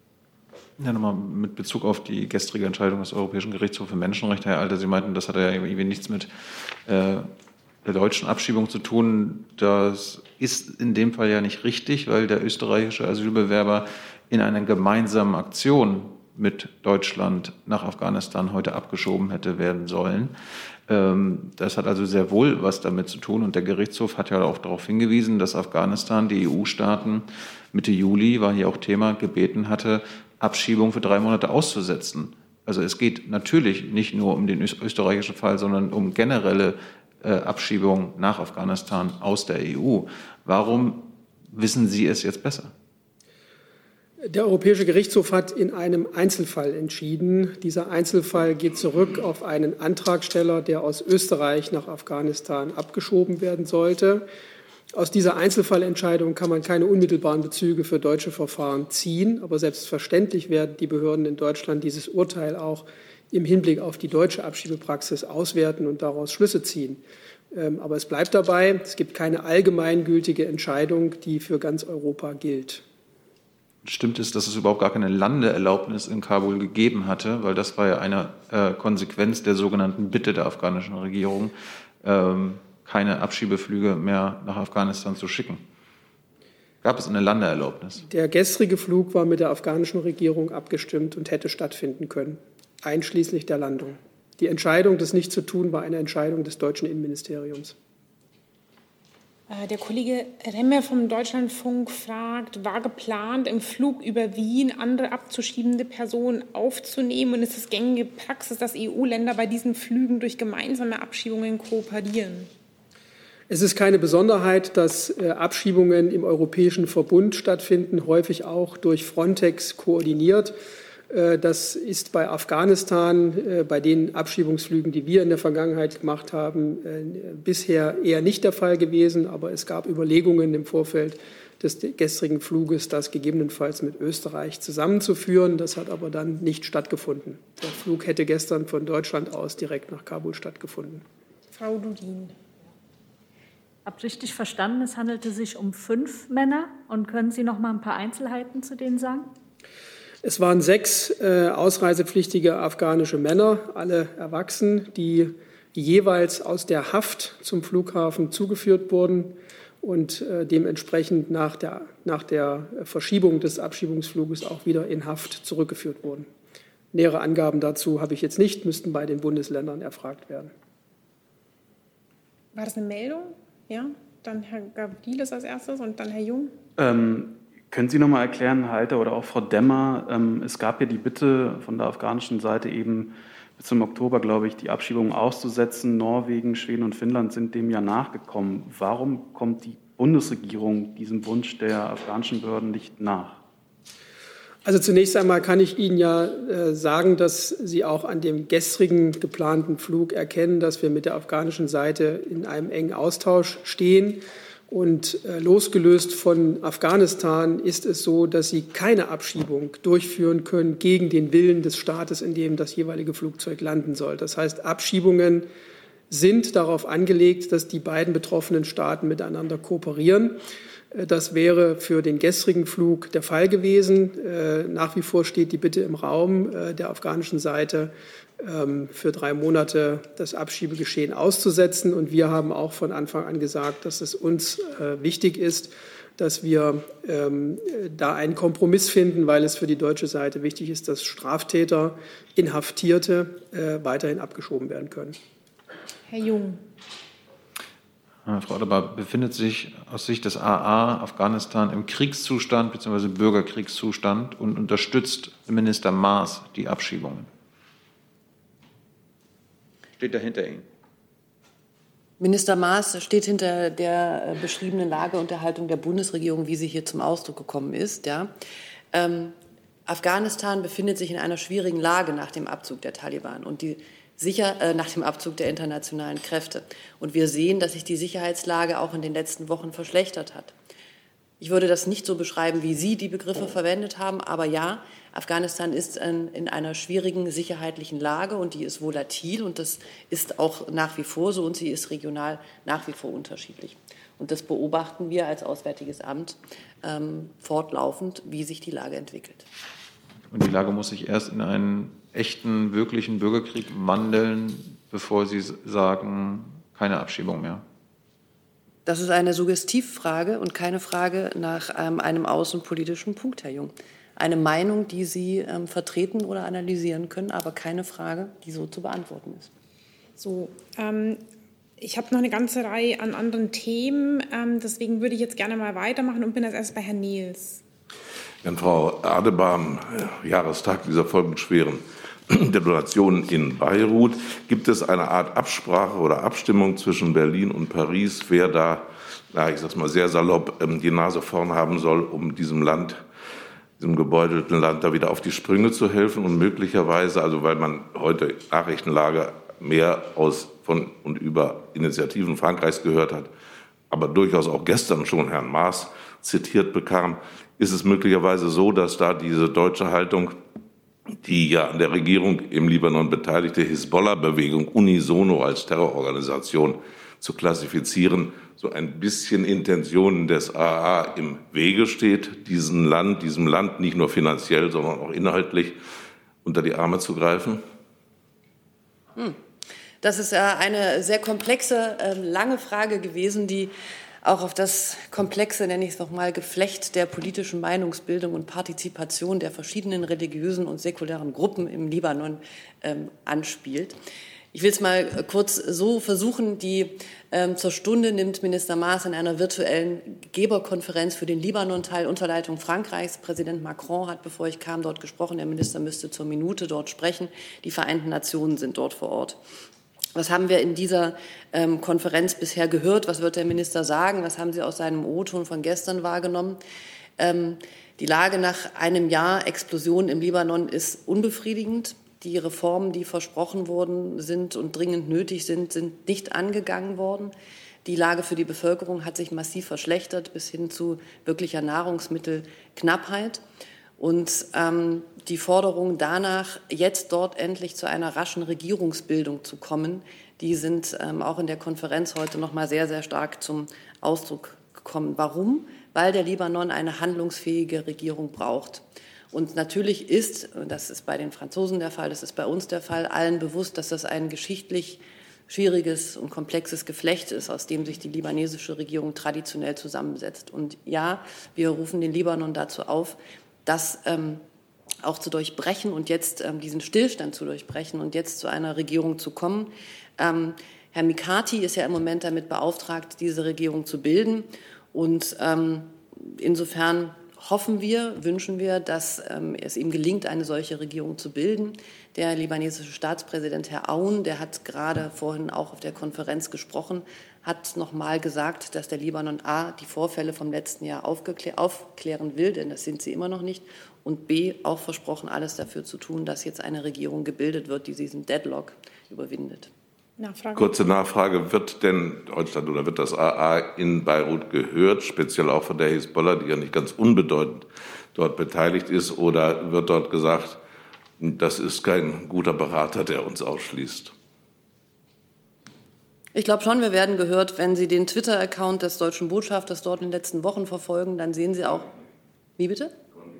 Ja, nochmal mit Bezug auf die gestrige Entscheidung des Europäischen Gerichtshofs für Menschenrechte, Herr Alter, Sie meinten, das hat ja irgendwie nichts mit äh, der deutschen Abschiebung zu tun. Das ist in dem Fall ja nicht richtig, weil der österreichische Asylbewerber in einer gemeinsamen Aktion mit Deutschland nach Afghanistan heute abgeschoben hätte werden sollen. Das hat also sehr wohl was damit zu tun. Und der Gerichtshof hat ja auch darauf hingewiesen, dass Afghanistan, die E U-Staaten, Mitte Juli, war hier auch Thema, gebeten hatte, Abschiebung für drei Monate auszusetzen. Also es geht natürlich nicht nur um den österreichischen Fall, sondern um generelle Abschiebung nach Afghanistan aus der E U. Warum wissen Sie es jetzt besser? Der Europäische Gerichtshof hat in einem Einzelfall entschieden. Dieser Einzelfall geht zurück auf einen Antragsteller, der aus Österreich nach Afghanistan abgeschoben werden sollte. Aus dieser Einzelfallentscheidung kann man keine unmittelbaren Bezüge für deutsche Verfahren ziehen. Aber selbstverständlich werden die Behörden in Deutschland dieses Urteil auch im Hinblick auf die deutsche Abschiebepraxis auswerten und daraus Schlüsse ziehen. Aber es bleibt dabei, es gibt keine allgemeingültige Entscheidung, die für ganz Europa gilt. Stimmt es, dass es überhaupt gar keine Landeerlaubnis in Kabul gegeben hatte, weil das war ja eine äh, Konsequenz der sogenannten Bitte der afghanischen Regierung, ähm, keine Abschiebeflüge mehr nach Afghanistan zu schicken. Gab es eine Landeerlaubnis? Der gestrige Flug war mit der afghanischen Regierung abgestimmt und hätte stattfinden können, einschließlich der Landung. Die Entscheidung, das nicht zu tun, war eine Entscheidung des deutschen Innenministeriums. Der Kollege Remmer vom Deutschlandfunk fragt, war geplant, im Flug über Wien andere abzuschiebende Personen aufzunehmen? Und ist es gängige Praxis, dass E U-Länder bei diesen Flügen durch gemeinsame Abschiebungen kooperieren? Es ist keine Besonderheit, dass äh, Abschiebungen im Europäischen Verbund stattfinden, häufig auch durch Frontex koordiniert. Das ist bei Afghanistan, bei den Abschiebungsflügen, die wir in der Vergangenheit gemacht haben, bisher eher nicht der Fall gewesen. Aber es gab Überlegungen im Vorfeld des gestrigen Fluges, das gegebenenfalls mit Österreich zusammenzuführen. Das hat aber dann nicht stattgefunden. Der Flug hätte gestern von Deutschland aus direkt nach Kabul stattgefunden. Frau Dudin. Habt richtig verstanden, es handelte sich um fünf Männer. Und können Sie noch mal ein paar Einzelheiten zu denen sagen? Es waren sechs äh, ausreisepflichtige afghanische Männer, alle erwachsen, die jeweils aus der Haft zum Flughafen zugeführt wurden und äh, dementsprechend nach der, nach der Verschiebung des Abschiebungsfluges auch wieder in Haft zurückgeführt wurden. Nähere Angaben dazu habe ich jetzt nicht, müssten bei den Bundesländern erfragt werden. War das eine Meldung? Ja, dann Herr Gavrilis als erstes und dann Herr Jung. Ähm Können Sie noch mal erklären, Herr Halter oder auch Frau Demmer, ähm, es gab ja die Bitte von der afghanischen Seite eben bis zum Oktober, glaube ich, die Abschiebungen auszusetzen. Norwegen, Schweden und Finnland sind dem ja nachgekommen. Warum kommt die Bundesregierung diesem Wunsch der afghanischen Behörden nicht nach? Also zunächst einmal kann ich Ihnen ja äh, sagen, dass Sie auch an dem gestrigen geplanten Flug erkennen, dass wir mit der afghanischen Seite in einem engen Austausch stehen. Und äh, losgelöst von Afghanistan ist es so, dass sie keine Abschiebung durchführen können gegen den Willen des Staates, in dem das jeweilige Flugzeug landen soll. Das heißt, Abschiebungen sind darauf angelegt, dass die beiden betroffenen Staaten miteinander kooperieren. Äh, das wäre für den gestrigen Flug der Fall gewesen. Äh, nach wie vor steht die Bitte im Raum äh, der afghanischen Seite, für drei Monate das Abschiebegeschehen auszusetzen. Und wir haben auch von Anfang an gesagt, dass es uns äh, wichtig ist, dass wir ähm, da einen Kompromiss finden, weil es für die deutsche Seite wichtig ist, dass Straftäter, Inhaftierte äh, weiterhin abgeschoben werden können. Herr Jung. Frau Adebar, befindet sich aus Sicht des A A Afghanistan im Kriegszustand bzw. Bürgerkriegszustand und unterstützt Minister Maas die Abschiebungen? Steht dahinter Ihnen? Minister Maas steht hinter der beschriebenen Lage und der Haltung der Bundesregierung, wie sie hier zum Ausdruck gekommen ist. Ja. Ähm, Afghanistan befindet sich in einer schwierigen Lage nach dem Abzug der Taliban und die sicher äh, nach dem Abzug der internationalen Kräfte. Und wir sehen, dass sich die Sicherheitslage auch in den letzten Wochen verschlechtert hat. Ich würde das nicht so beschreiben, wie Sie die Begriffe verwendet haben, aber ja, Afghanistan ist in einer schwierigen sicherheitlichen Lage und die ist volatil und das ist auch nach wie vor so und sie ist regional nach wie vor unterschiedlich. Und das beobachten wir als Auswärtiges Amt ähm, fortlaufend, wie sich die Lage entwickelt. Und die Lage muss sich erst in einen echten, wirklichen Bürgerkrieg wandeln, bevor Sie sagen, keine Abschiebung mehr? Das ist eine Suggestivfrage und keine Frage nach ähm, einem außenpolitischen Punkt, Herr Jung. Eine Meinung, die Sie ähm, vertreten oder analysieren können, aber keine Frage, die so zu beantworten ist. So, ähm, ich habe noch eine ganze Reihe an anderen Themen, ähm, deswegen würde ich jetzt gerne mal weitermachen und bin als erstes bei Herrn Nils. Wenn Frau Adebar am Jahrestag dieser folgenschweren Detonation in Beirut, gibt es eine Art Absprache oder Abstimmung zwischen Berlin und Paris, wer da, na, ich sag's mal sehr salopp, die Nase vorn haben soll, um diesem Land diesem gebeutelten Land da wieder auf die Sprünge zu helfen und möglicherweise, also weil man heute Nachrichtenlage mehr aus von und über Initiativen Frankreichs gehört hat, aber durchaus auch gestern schon Herrn Maas zitiert bekam, ist es möglicherweise so, dass da diese deutsche Haltung, die ja an der Regierung im Libanon beteiligte Hisbollah-Bewegung unisono als Terrororganisation zu klassifizieren, so ein bisschen Intentionen des A A im Wege steht, diesem Land, diesem Land nicht nur finanziell, sondern auch inhaltlich unter die Arme zu greifen? Hm. Das ist eine sehr komplexe, lange Frage gewesen, die auch auf das komplexe, nenne ich es nochmal, Geflecht der politischen Meinungsbildung und Partizipation der verschiedenen religiösen und säkulären Gruppen im Libanon ähm, anspielt. Ich will es mal kurz so versuchen. Die ähm, zur Stunde nimmt Minister Maas in einer virtuellen Geberkonferenz für den Libanon teil unter Leitung Frankreichs. Präsident Macron hat, bevor ich kam, dort gesprochen. Der Minister müsste zur Minute dort sprechen. Die Vereinten Nationen sind dort vor Ort. Was haben wir in dieser ähm, Konferenz bisher gehört? Was wird der Minister sagen? Was haben Sie aus seinem O-Ton von gestern wahrgenommen? Ähm, die Lage nach einem Jahr Explosion im Libanon ist unbefriedigend. Die Reformen, die versprochen worden sind und dringend nötig sind, sind nicht angegangen worden. Die Lage für die Bevölkerung hat sich massiv verschlechtert bis hin zu wirklicher Nahrungsmittelknappheit. Und ähm, die Forderung danach, jetzt dort endlich zu einer raschen Regierungsbildung zu kommen, die sind ähm, auch in der Konferenz heute noch mal sehr, sehr stark zum Ausdruck gekommen. Warum? Weil der Libanon eine handlungsfähige Regierung braucht. Und natürlich ist, das ist bei den Franzosen der Fall, das ist bei uns der Fall, allen bewusst, dass das ein geschichtlich schwieriges und komplexes Geflecht ist, aus dem sich die libanesische Regierung traditionell zusammensetzt. Und ja, wir rufen den Libanon dazu auf, das ähm, auch zu durchbrechen und jetzt ähm, diesen Stillstand zu durchbrechen und jetzt zu einer Regierung zu kommen. Ähm, Herr Mikati ist ja im Moment damit beauftragt, diese Regierung zu bilden. Und ähm, insofern hoffen wir, wünschen wir, dass ähm, es ihm gelingt, eine solche Regierung zu bilden. Der libanesische Staatspräsident, Herr Aoun, der hat gerade vorhin auch auf der Konferenz gesprochen, hat noch mal gesagt, dass der Libanon A, die Vorfälle vom letzten Jahr aufgeklär, aufklären will, denn das sind sie immer noch nicht, und B, auch versprochen, alles dafür zu tun, dass jetzt eine Regierung gebildet wird, die diesen Deadlock überwindet. Nachfrage. Kurze Nachfrage, wird denn Deutschland oder wird das A A in Beirut gehört, speziell auch von der Hisbollah, die ja nicht ganz unbedeutend dort beteiligt ist, oder wird dort gesagt, das ist kein guter Berater, der uns ausschließt? Ich glaube schon, wir werden gehört. Wenn Sie den Twitter-Account des deutschen Botschafters dort in den letzten Wochen verfolgen, dann sehen Sie auch. Wie bitte?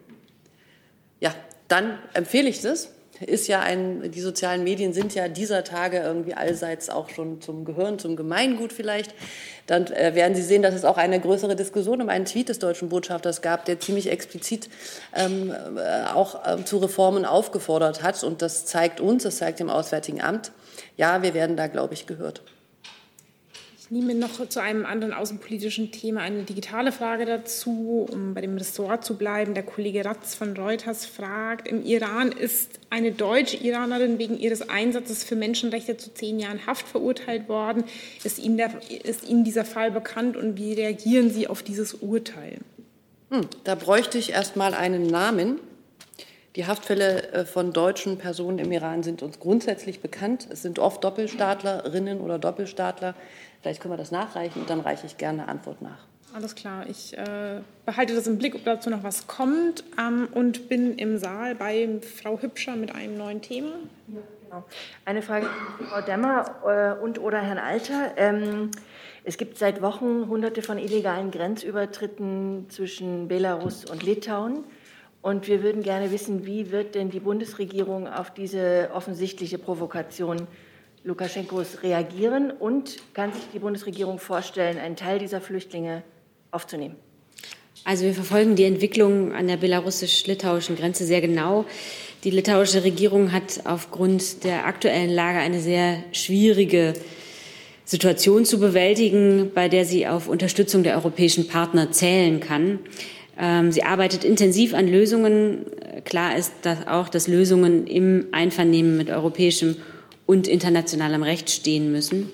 Ja, dann empfehle ich das. Ist ja ein, die sozialen Medien sind ja dieser Tage irgendwie allseits auch schon zum Gehirn, zum Gemeingut vielleicht. Dann äh, werden Sie sehen, dass es auch eine größere Diskussion um einen Tweet des deutschen Botschafters gab, der ziemlich explizit ähm, äh, auch äh, zu Reformen aufgefordert hat. Und das zeigt uns, das zeigt dem Auswärtigen Amt, ja, wir werden da, glaube ich, gehört. Ich nehme noch zu einem anderen außenpolitischen Thema eine digitale Frage dazu, um bei dem Ressort zu bleiben. Der Kollege Ratz von Reuters fragt, im Iran ist eine deutsche Iranerin wegen ihres Einsatzes für Menschenrechte zu zehn Jahren Haft verurteilt worden. Ist Ihnen, der, ist Ihnen dieser Fall bekannt und wie reagieren Sie auf dieses Urteil? Hm, da bräuchte ich erst mal einen Namen. Die Haftfälle von deutschen Personen im Iran sind uns grundsätzlich bekannt. Es sind oft Doppelstaatlerinnen oder Doppelstaatler. Vielleicht können wir das nachreichen und dann reiche ich gerne eine Antwort nach. Alles klar. Ich äh, behalte das im Blick, ob dazu noch was kommt, ähm, und bin im Saal bei Frau Hübscher mit einem neuen Thema. Ja, genau. Eine Frage an Frau Demmer äh, und oder Herrn Alter. Ähm, es gibt seit Wochen Hunderte von illegalen Grenzübertritten zwischen Belarus und Litauen. Und wir würden gerne wissen, wie wird denn die Bundesregierung auf diese offensichtliche Provokation Lukaschenkos reagieren und kann sich die Bundesregierung vorstellen, einen Teil dieser Flüchtlinge aufzunehmen? Also wir verfolgen die Entwicklung an der belarussisch-litauischen Grenze sehr genau. Die litauische Regierung hat aufgrund der aktuellen Lage eine sehr schwierige Situation zu bewältigen, bei der sie auf Unterstützung der europäischen Partner zählen kann. Sie arbeitet intensiv an Lösungen. Klar ist dass auch, dass Lösungen im Einvernehmen mit europäischem und internationalem Recht stehen müssen.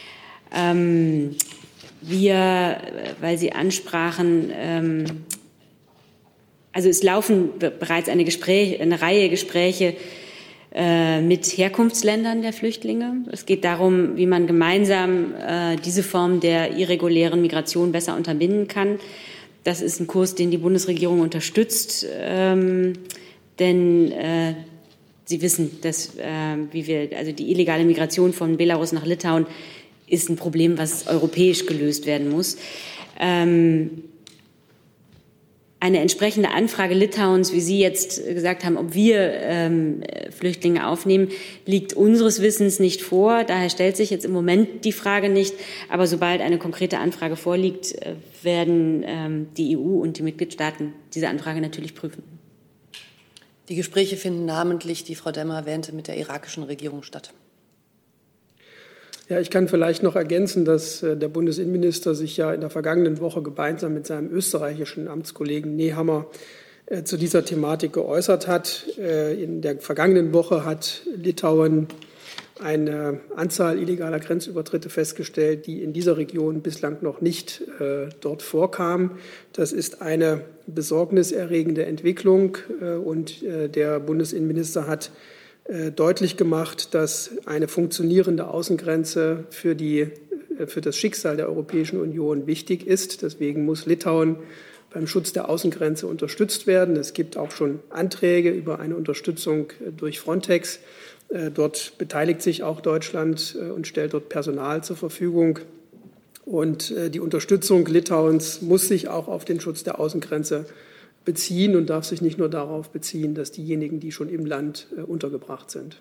Ähm, wir, weil Sie ansprachen, ähm, also es laufen bereits eine, Gespräch, eine Reihe Gespräche äh, mit Herkunftsländern der Flüchtlinge. Es geht darum, wie man gemeinsam äh, diese Form der irregulären Migration besser unterbinden kann. Das ist ein Kurs, den die Bundesregierung unterstützt, ähm, denn äh, Sie wissen, dass äh, wie wir, also die illegale Migration von Belarus nach Litauen ist ein Problem, was europäisch gelöst werden muss. Ähm, eine entsprechende Anfrage Litauens, wie Sie jetzt gesagt haben, ob wir ähm, Flüchtlinge aufnehmen, liegt unseres Wissens nicht vor. Daher stellt sich jetzt im Moment die Frage nicht. Aber sobald eine konkrete Anfrage vorliegt, werden ähm, die E U und die Mitgliedstaaten diese Anfrage natürlich prüfen. Die Gespräche finden namentlich, die Frau Demmer erwähnte, mit der irakischen Regierung statt. Ja, ich kann vielleicht noch ergänzen, dass der Bundesinnenminister sich ja in der vergangenen Woche gemeinsam mit seinem österreichischen Amtskollegen Nehammer äh, zu dieser Thematik geäußert hat. Äh, in der vergangenen Woche hat Litauen eine Anzahl illegaler Grenzübertritte festgestellt, die in dieser Region bislang noch nicht äh, dort vorkamen. Das ist eine besorgniserregende Entwicklung äh, und äh, der Bundesinnenminister hat äh, deutlich gemacht, dass eine funktionierende Außengrenze für, die, äh, für das Schicksal der Europäischen Union wichtig ist. Deswegen muss Litauen beim Schutz der Außengrenze unterstützt werden. Es gibt auch schon Anträge über eine Unterstützung äh, durch Frontex. Dort beteiligt sich auch Deutschland und stellt dort Personal zur Verfügung. Und die Unterstützung Litauens muss sich auch auf den Schutz der Außengrenze beziehen und darf sich nicht nur darauf beziehen, dass diejenigen, die schon im Land untergebracht sind.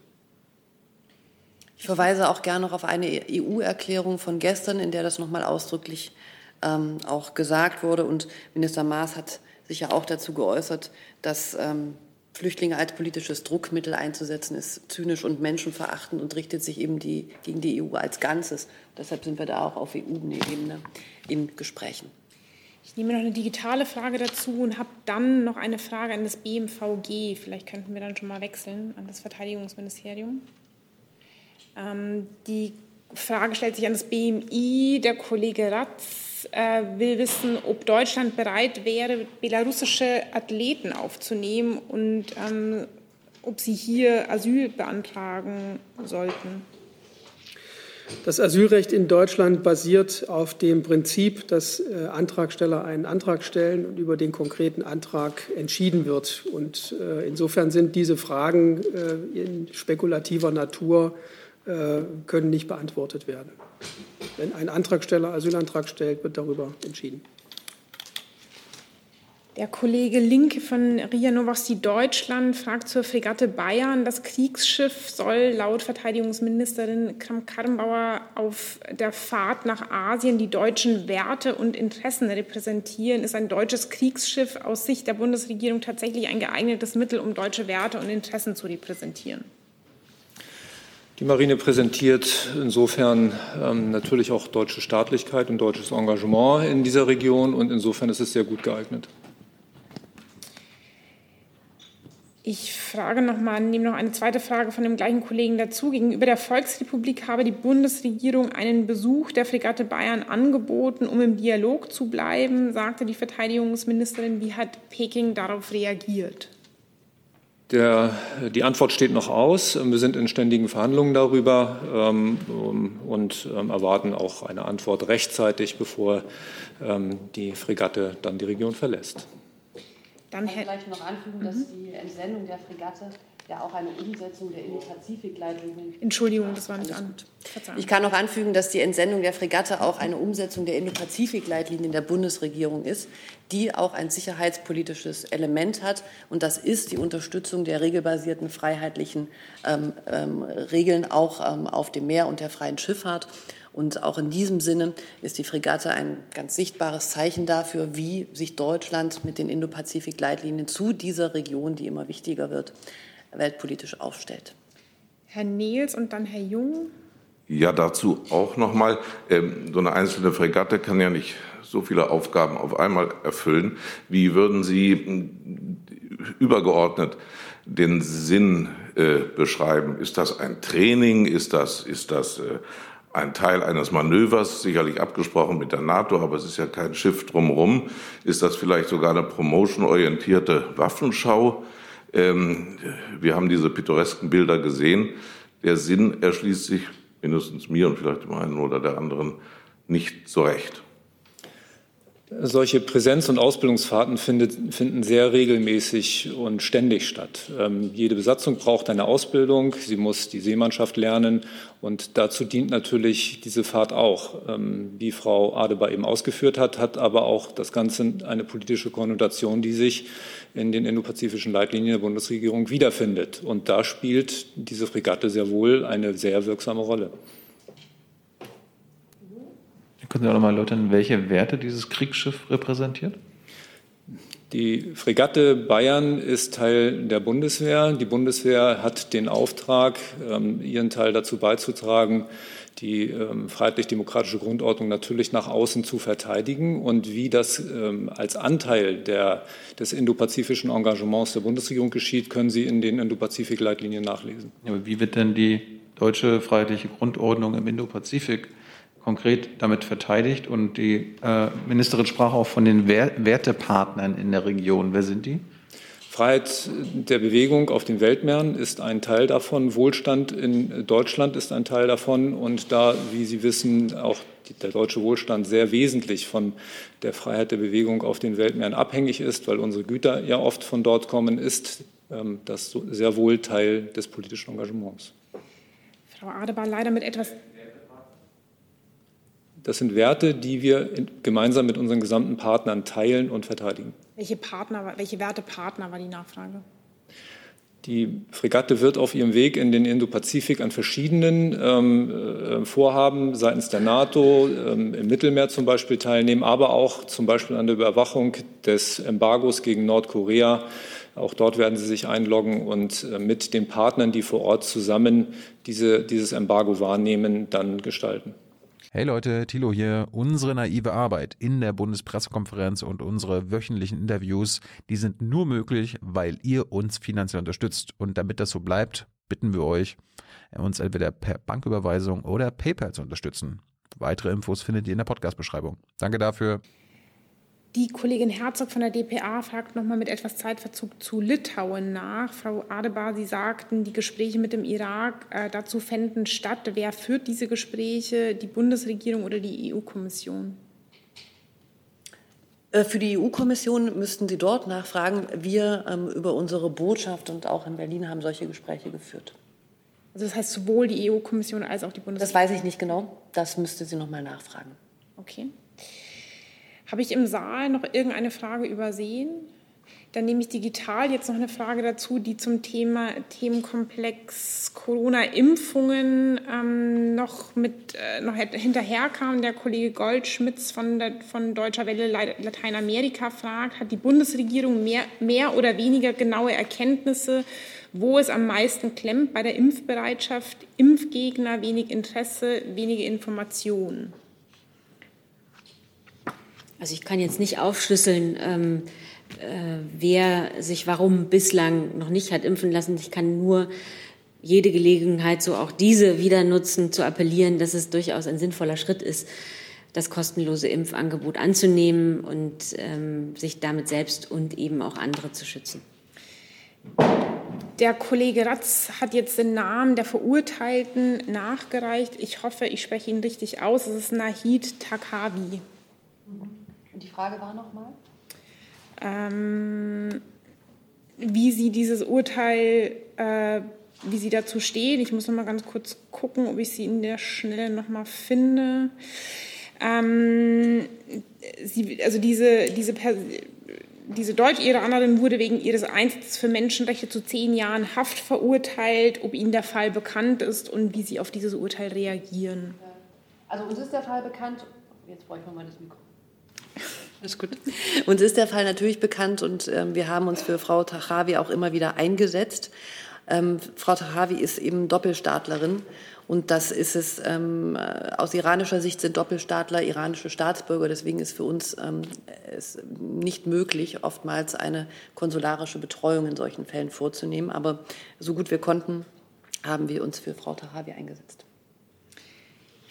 Ich verweise auch gerne noch auf eine E U-Erklärung von gestern, in der das noch mal ausdrücklich ähm, auch gesagt wurde. Und Minister Maas hat sich ja auch dazu geäußert, dass ähm, Flüchtlinge als politisches Druckmittel einzusetzen, ist zynisch und menschenverachtend und richtet sich eben die, gegen die E U als Ganzes. Deshalb sind wir da auch auf E U-Ebene in Gesprächen. Ich nehme noch eine digitale Frage dazu und habe dann noch eine Frage an das B M V G. Vielleicht könnten wir dann schon mal wechseln an das Verteidigungsministerium. Ähm, die Frage stellt sich an das B M I. Der Kollege Ratz äh, will wissen, ob Deutschland bereit wäre, belarussische Athleten aufzunehmen und ähm, ob sie hier Asyl beantragen sollten. Das Asylrecht in Deutschland basiert auf dem Prinzip, dass äh, Antragsteller einen Antrag stellen und über den konkreten Antrag entschieden wird. Und äh, insofern sind diese Fragen äh, in spekulativer Natur äh, können nicht beantwortet werden. Wenn ein Antragsteller Asylantrag stellt, wird darüber entschieden. Der Kollege Linke von R I A Novosti Deutschland fragt zur Fregatte Bayern. Das Kriegsschiff soll laut Verteidigungsministerin Kramp-Karrenbauer auf der Fahrt nach Asien die deutschen Werte und Interessen repräsentieren. Ist ein deutsches Kriegsschiff aus Sicht der Bundesregierung tatsächlich ein geeignetes Mittel, um deutsche Werte und Interessen zu repräsentieren? Die Marine präsentiert insofern ähm, natürlich auch deutsche Staatlichkeit und deutsches Engagement in dieser Region, und insofern ist es sehr gut geeignet. Ich frage noch mal, nehme noch eine zweite Frage von dem gleichen Kollegen dazu. Gegenüber der Volksrepublik habe die Bundesregierung einen Besuch der Fregatte Bayern angeboten, um im Dialog zu bleiben, sagte die Verteidigungsministerin. Wie hat Peking darauf reagiert? Der, die Antwort steht noch aus. Wir sind in ständigen Verhandlungen darüber ähm, und ähm, erwarten auch eine Antwort rechtzeitig, bevor ähm, die Fregatte dann die Region verlässt. Dann ich kann vielleicht noch anfügen, dass die Entsendung der Fregatte ja auch eine Umsetzung der Indo-Pazifik-Leitlinien. Entschuldigung, das war nicht an. Ich kann noch anfügen, dass die Entsendung der Fregatte auch eine Umsetzung der Indo-Pazifik-Leitlinien der Bundesregierung ist, die auch ein sicherheitspolitisches Element hat. Und das ist die Unterstützung der regelbasierten freiheitlichen ähm, ähm, Regeln auch ähm, auf dem Meer und der freien Schifffahrt. Und auch in diesem Sinne ist die Fregatte ein ganz sichtbares Zeichen dafür, wie sich Deutschland mit den Indo-Pazifik-Leitlinien zu dieser Region, die immer wichtiger wird, weltpolitisch aufstellt. Herr Nehls und dann Herr Jung. Ja, dazu auch noch mal. Ähm, so eine einzelne Fregatte kann ja nicht so viele Aufgaben auf einmal erfüllen. Wie würden Sie äh, übergeordnet den Sinn äh, beschreiben? Ist das ein Training? Ist das, ist das äh, ein Teil eines Manövers, sicherlich abgesprochen mit der NATO, aber es ist ja kein Schiff drumherum. Ist das vielleicht sogar eine promotion-orientierte Waffenschau? Ähm, wir haben diese pittoresken Bilder gesehen. Der Sinn erschließt sich mindestens mir und vielleicht dem einen oder der anderen nicht so recht. Solche Präsenz- und Ausbildungsfahrten findet, finden sehr regelmäßig und ständig statt. Ähm, jede Besatzung braucht eine Ausbildung, sie muss die Seemannschaft lernen und dazu dient natürlich diese Fahrt auch. Ähm, wie Frau Adebar eben ausgeführt hat, hat aber auch das Ganze eine politische Konnotation, die sich in den indopazifischen Leitlinien der Bundesregierung wiederfindet. Und da spielt diese Fregatte sehr wohl eine sehr wirksame Rolle. Können Sie auch noch mal erläutern, welche Werte dieses Kriegsschiff repräsentiert? Die Fregatte Bayern ist Teil der Bundeswehr. Die Bundeswehr hat den Auftrag, ihren Teil dazu beizutragen, die freiheitlich-demokratische Grundordnung natürlich nach außen zu verteidigen. Und wie das als Anteil der, des indopazifischen Engagements der Bundesregierung geschieht, können Sie in den Indopazifik-Leitlinien nachlesen. Aber wie wird denn die deutsche freiheitliche Grundordnung im Indopazifik konkret damit verteidigt? Und die äh, Ministerin sprach auch von den Wer- Wertepartnern in der Region. Wer sind die? Freiheit der Bewegung auf den Weltmeeren ist ein Teil davon. Wohlstand in Deutschland ist ein Teil davon. Und da, wie Sie wissen, auch der deutsche Wohlstand sehr wesentlich von der Freiheit der Bewegung auf den Weltmeeren abhängig ist, weil unsere Güter ja oft von dort kommen, ist ähm, das so sehr wohl Teil des politischen Engagements. Frau Adebar, leider mit etwas... Das sind Werte, die wir gemeinsam mit unseren gesamten Partnern teilen und verteidigen. Welche Partner, welche Wertepartner war die Nachfrage? Die Fregatte wird auf ihrem Weg in den Indopazifik an verschiedenen ähm, Vorhaben seitens der NATO ähm, im Mittelmeer zum Beispiel teilnehmen, aber auch zum Beispiel an der Überwachung des Embargos gegen Nordkorea. Auch dort werden sie sich einloggen und äh, mit den Partnern, die vor Ort zusammen diese, dieses Embargo wahrnehmen, dann gestalten. Hey Leute, Thilo hier. Unsere naive Arbeit in der Bundespressekonferenz und unsere wöchentlichen Interviews, die sind nur möglich, weil ihr uns finanziell unterstützt. Und damit das so bleibt, bitten wir euch, uns entweder per Banküberweisung oder PayPal zu unterstützen. Weitere Infos findet ihr in der Podcast-Beschreibung. Danke dafür. Die Kollegin Herzog von der D P A fragt noch mal mit etwas Zeitverzug zu Litauen nach. Frau Adebar, Sie sagten, die Gespräche mit dem Irak äh, dazu fänden statt. Wer führt diese Gespräche, die Bundesregierung oder die E U-Kommission? Für die E U-Kommission müssten Sie dort nachfragen. Wir ähm, über unsere Botschaft und auch in Berlin haben solche Gespräche geführt. Also das heißt sowohl die E U-Kommission als auch die Bundesregierung? Das weiß ich nicht genau. Das müsste sie noch mal nachfragen. Okay. Habe ich im Saal noch irgendeine Frage übersehen? Dann nehme ich digital jetzt noch eine Frage dazu, die zum Thema Themenkomplex Corona-Impfungen ähm, noch, mit, äh, noch hinterherkam. Der Kollege Goldschmitz von, der, von Deutscher Welle Lateinamerika fragt, hat die Bundesregierung mehr, mehr oder weniger genaue Erkenntnisse, wo es am meisten klemmt bei der Impfbereitschaft? Impfgegner, wenig Interesse, wenige Informationen. Also ich kann jetzt nicht aufschlüsseln, ähm, äh, wer sich warum bislang noch nicht hat impfen lassen. Ich kann nur jede Gelegenheit, so auch diese wieder nutzen, zu appellieren, dass es durchaus ein sinnvoller Schritt ist, das kostenlose Impfangebot anzunehmen und ähm, sich damit selbst und eben auch andere zu schützen. Der Kollege Ratz hat jetzt den Namen der Verurteilten nachgereicht. Ich hoffe, ich spreche ihn richtig aus. Es ist Nahid Takawi. Und die Frage war noch mal? Ähm, wie Sie dieses Urteil, äh, wie Sie dazu stehen. Ich muss noch mal ganz kurz gucken, ob ich sie in der Schnelle noch mal finde. Ähm, sie, also diese, diese, diese Deutsch-Iranerin wurde wegen ihres Einsatzes für Menschenrechte zu zehn Jahren Haft verurteilt, ob Ihnen der Fall bekannt ist und wie Sie auf dieses Urteil reagieren. Also uns ist der Fall bekannt. Jetzt brauche ich noch mal das Mikro. Alles gut. Uns ist der Fall natürlich bekannt und ähm, wir haben uns für Frau Takawi auch immer wieder eingesetzt. Ähm, Frau Takawi ist eben Doppelstaatlerin und das ist es, ähm, aus iranischer Sicht sind Doppelstaatler iranische Staatsbürger. Deswegen ist für uns ähm, es nicht möglich, oftmals eine konsularische Betreuung in solchen Fällen vorzunehmen. Aber so gut wir konnten, haben wir uns für Frau Takawi eingesetzt.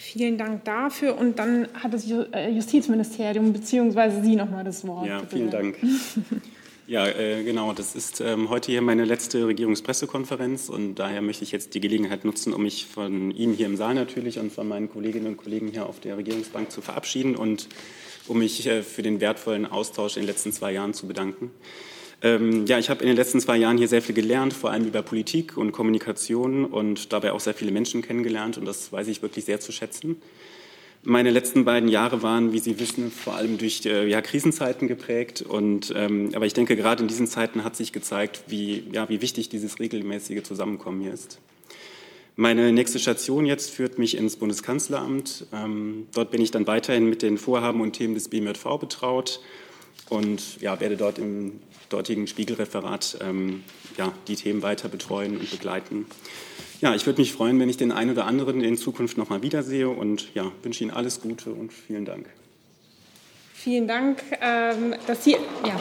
Vielen Dank dafür. Und dann hat das Justizministerium bzw. Sie nochmal das Wort. Ja, bitte. vielen Dank. Ja, äh, genau. Das ist ähm, heute hier meine letzte Regierungspressekonferenz und daher möchte ich jetzt die Gelegenheit nutzen, um mich von Ihnen hier im Saal natürlich und von meinen Kolleginnen und Kollegen hier auf der Regierungsbank zu verabschieden und um mich äh, für den wertvollen Austausch in den letzten zwei Jahren zu bedanken. Ähm, ja, ich habe in den letzten zwei Jahren hier sehr viel gelernt, vor allem über Politik und Kommunikation und dabei auch sehr viele Menschen kennengelernt und das weiß ich wirklich sehr zu schätzen. Meine letzten beiden Jahre waren, wie Sie wissen, vor allem durch äh, ja, Krisenzeiten geprägt. Und, ähm, aber ich denke, gerade in diesen Zeiten hat sich gezeigt, wie, ja, wie wichtig dieses regelmäßige Zusammenkommen hier ist. Meine nächste Station jetzt führt mich ins Bundeskanzleramt. Ähm, dort bin ich dann weiterhin mit den Vorhaben und Themen des B M J V betraut und ja, werde dort im dortigen Spiegelreferat ähm, ja, die Themen weiter betreuen und begleiten. Ja, ich würde mich freuen, wenn ich den einen oder anderen in Zukunft noch mal wiedersehe und ja, wünsche Ihnen alles Gute und vielen Dank. Vielen Dank, ähm, dass Sie, ja.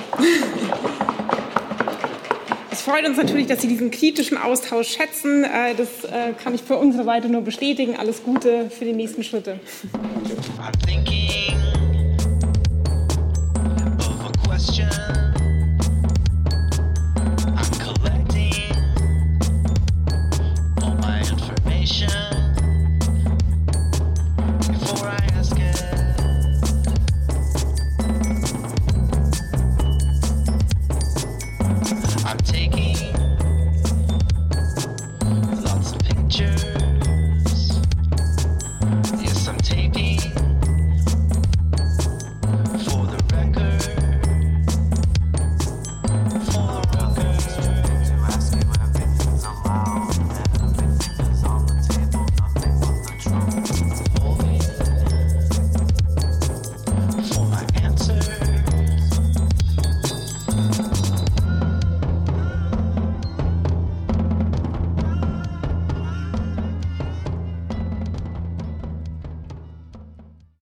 Es freut uns natürlich, dass Sie diesen kritischen Austausch schätzen. Äh, das äh, kann ich für unsere Seite nur bestätigen. Alles Gute für die nächsten Schritte. I'm thinking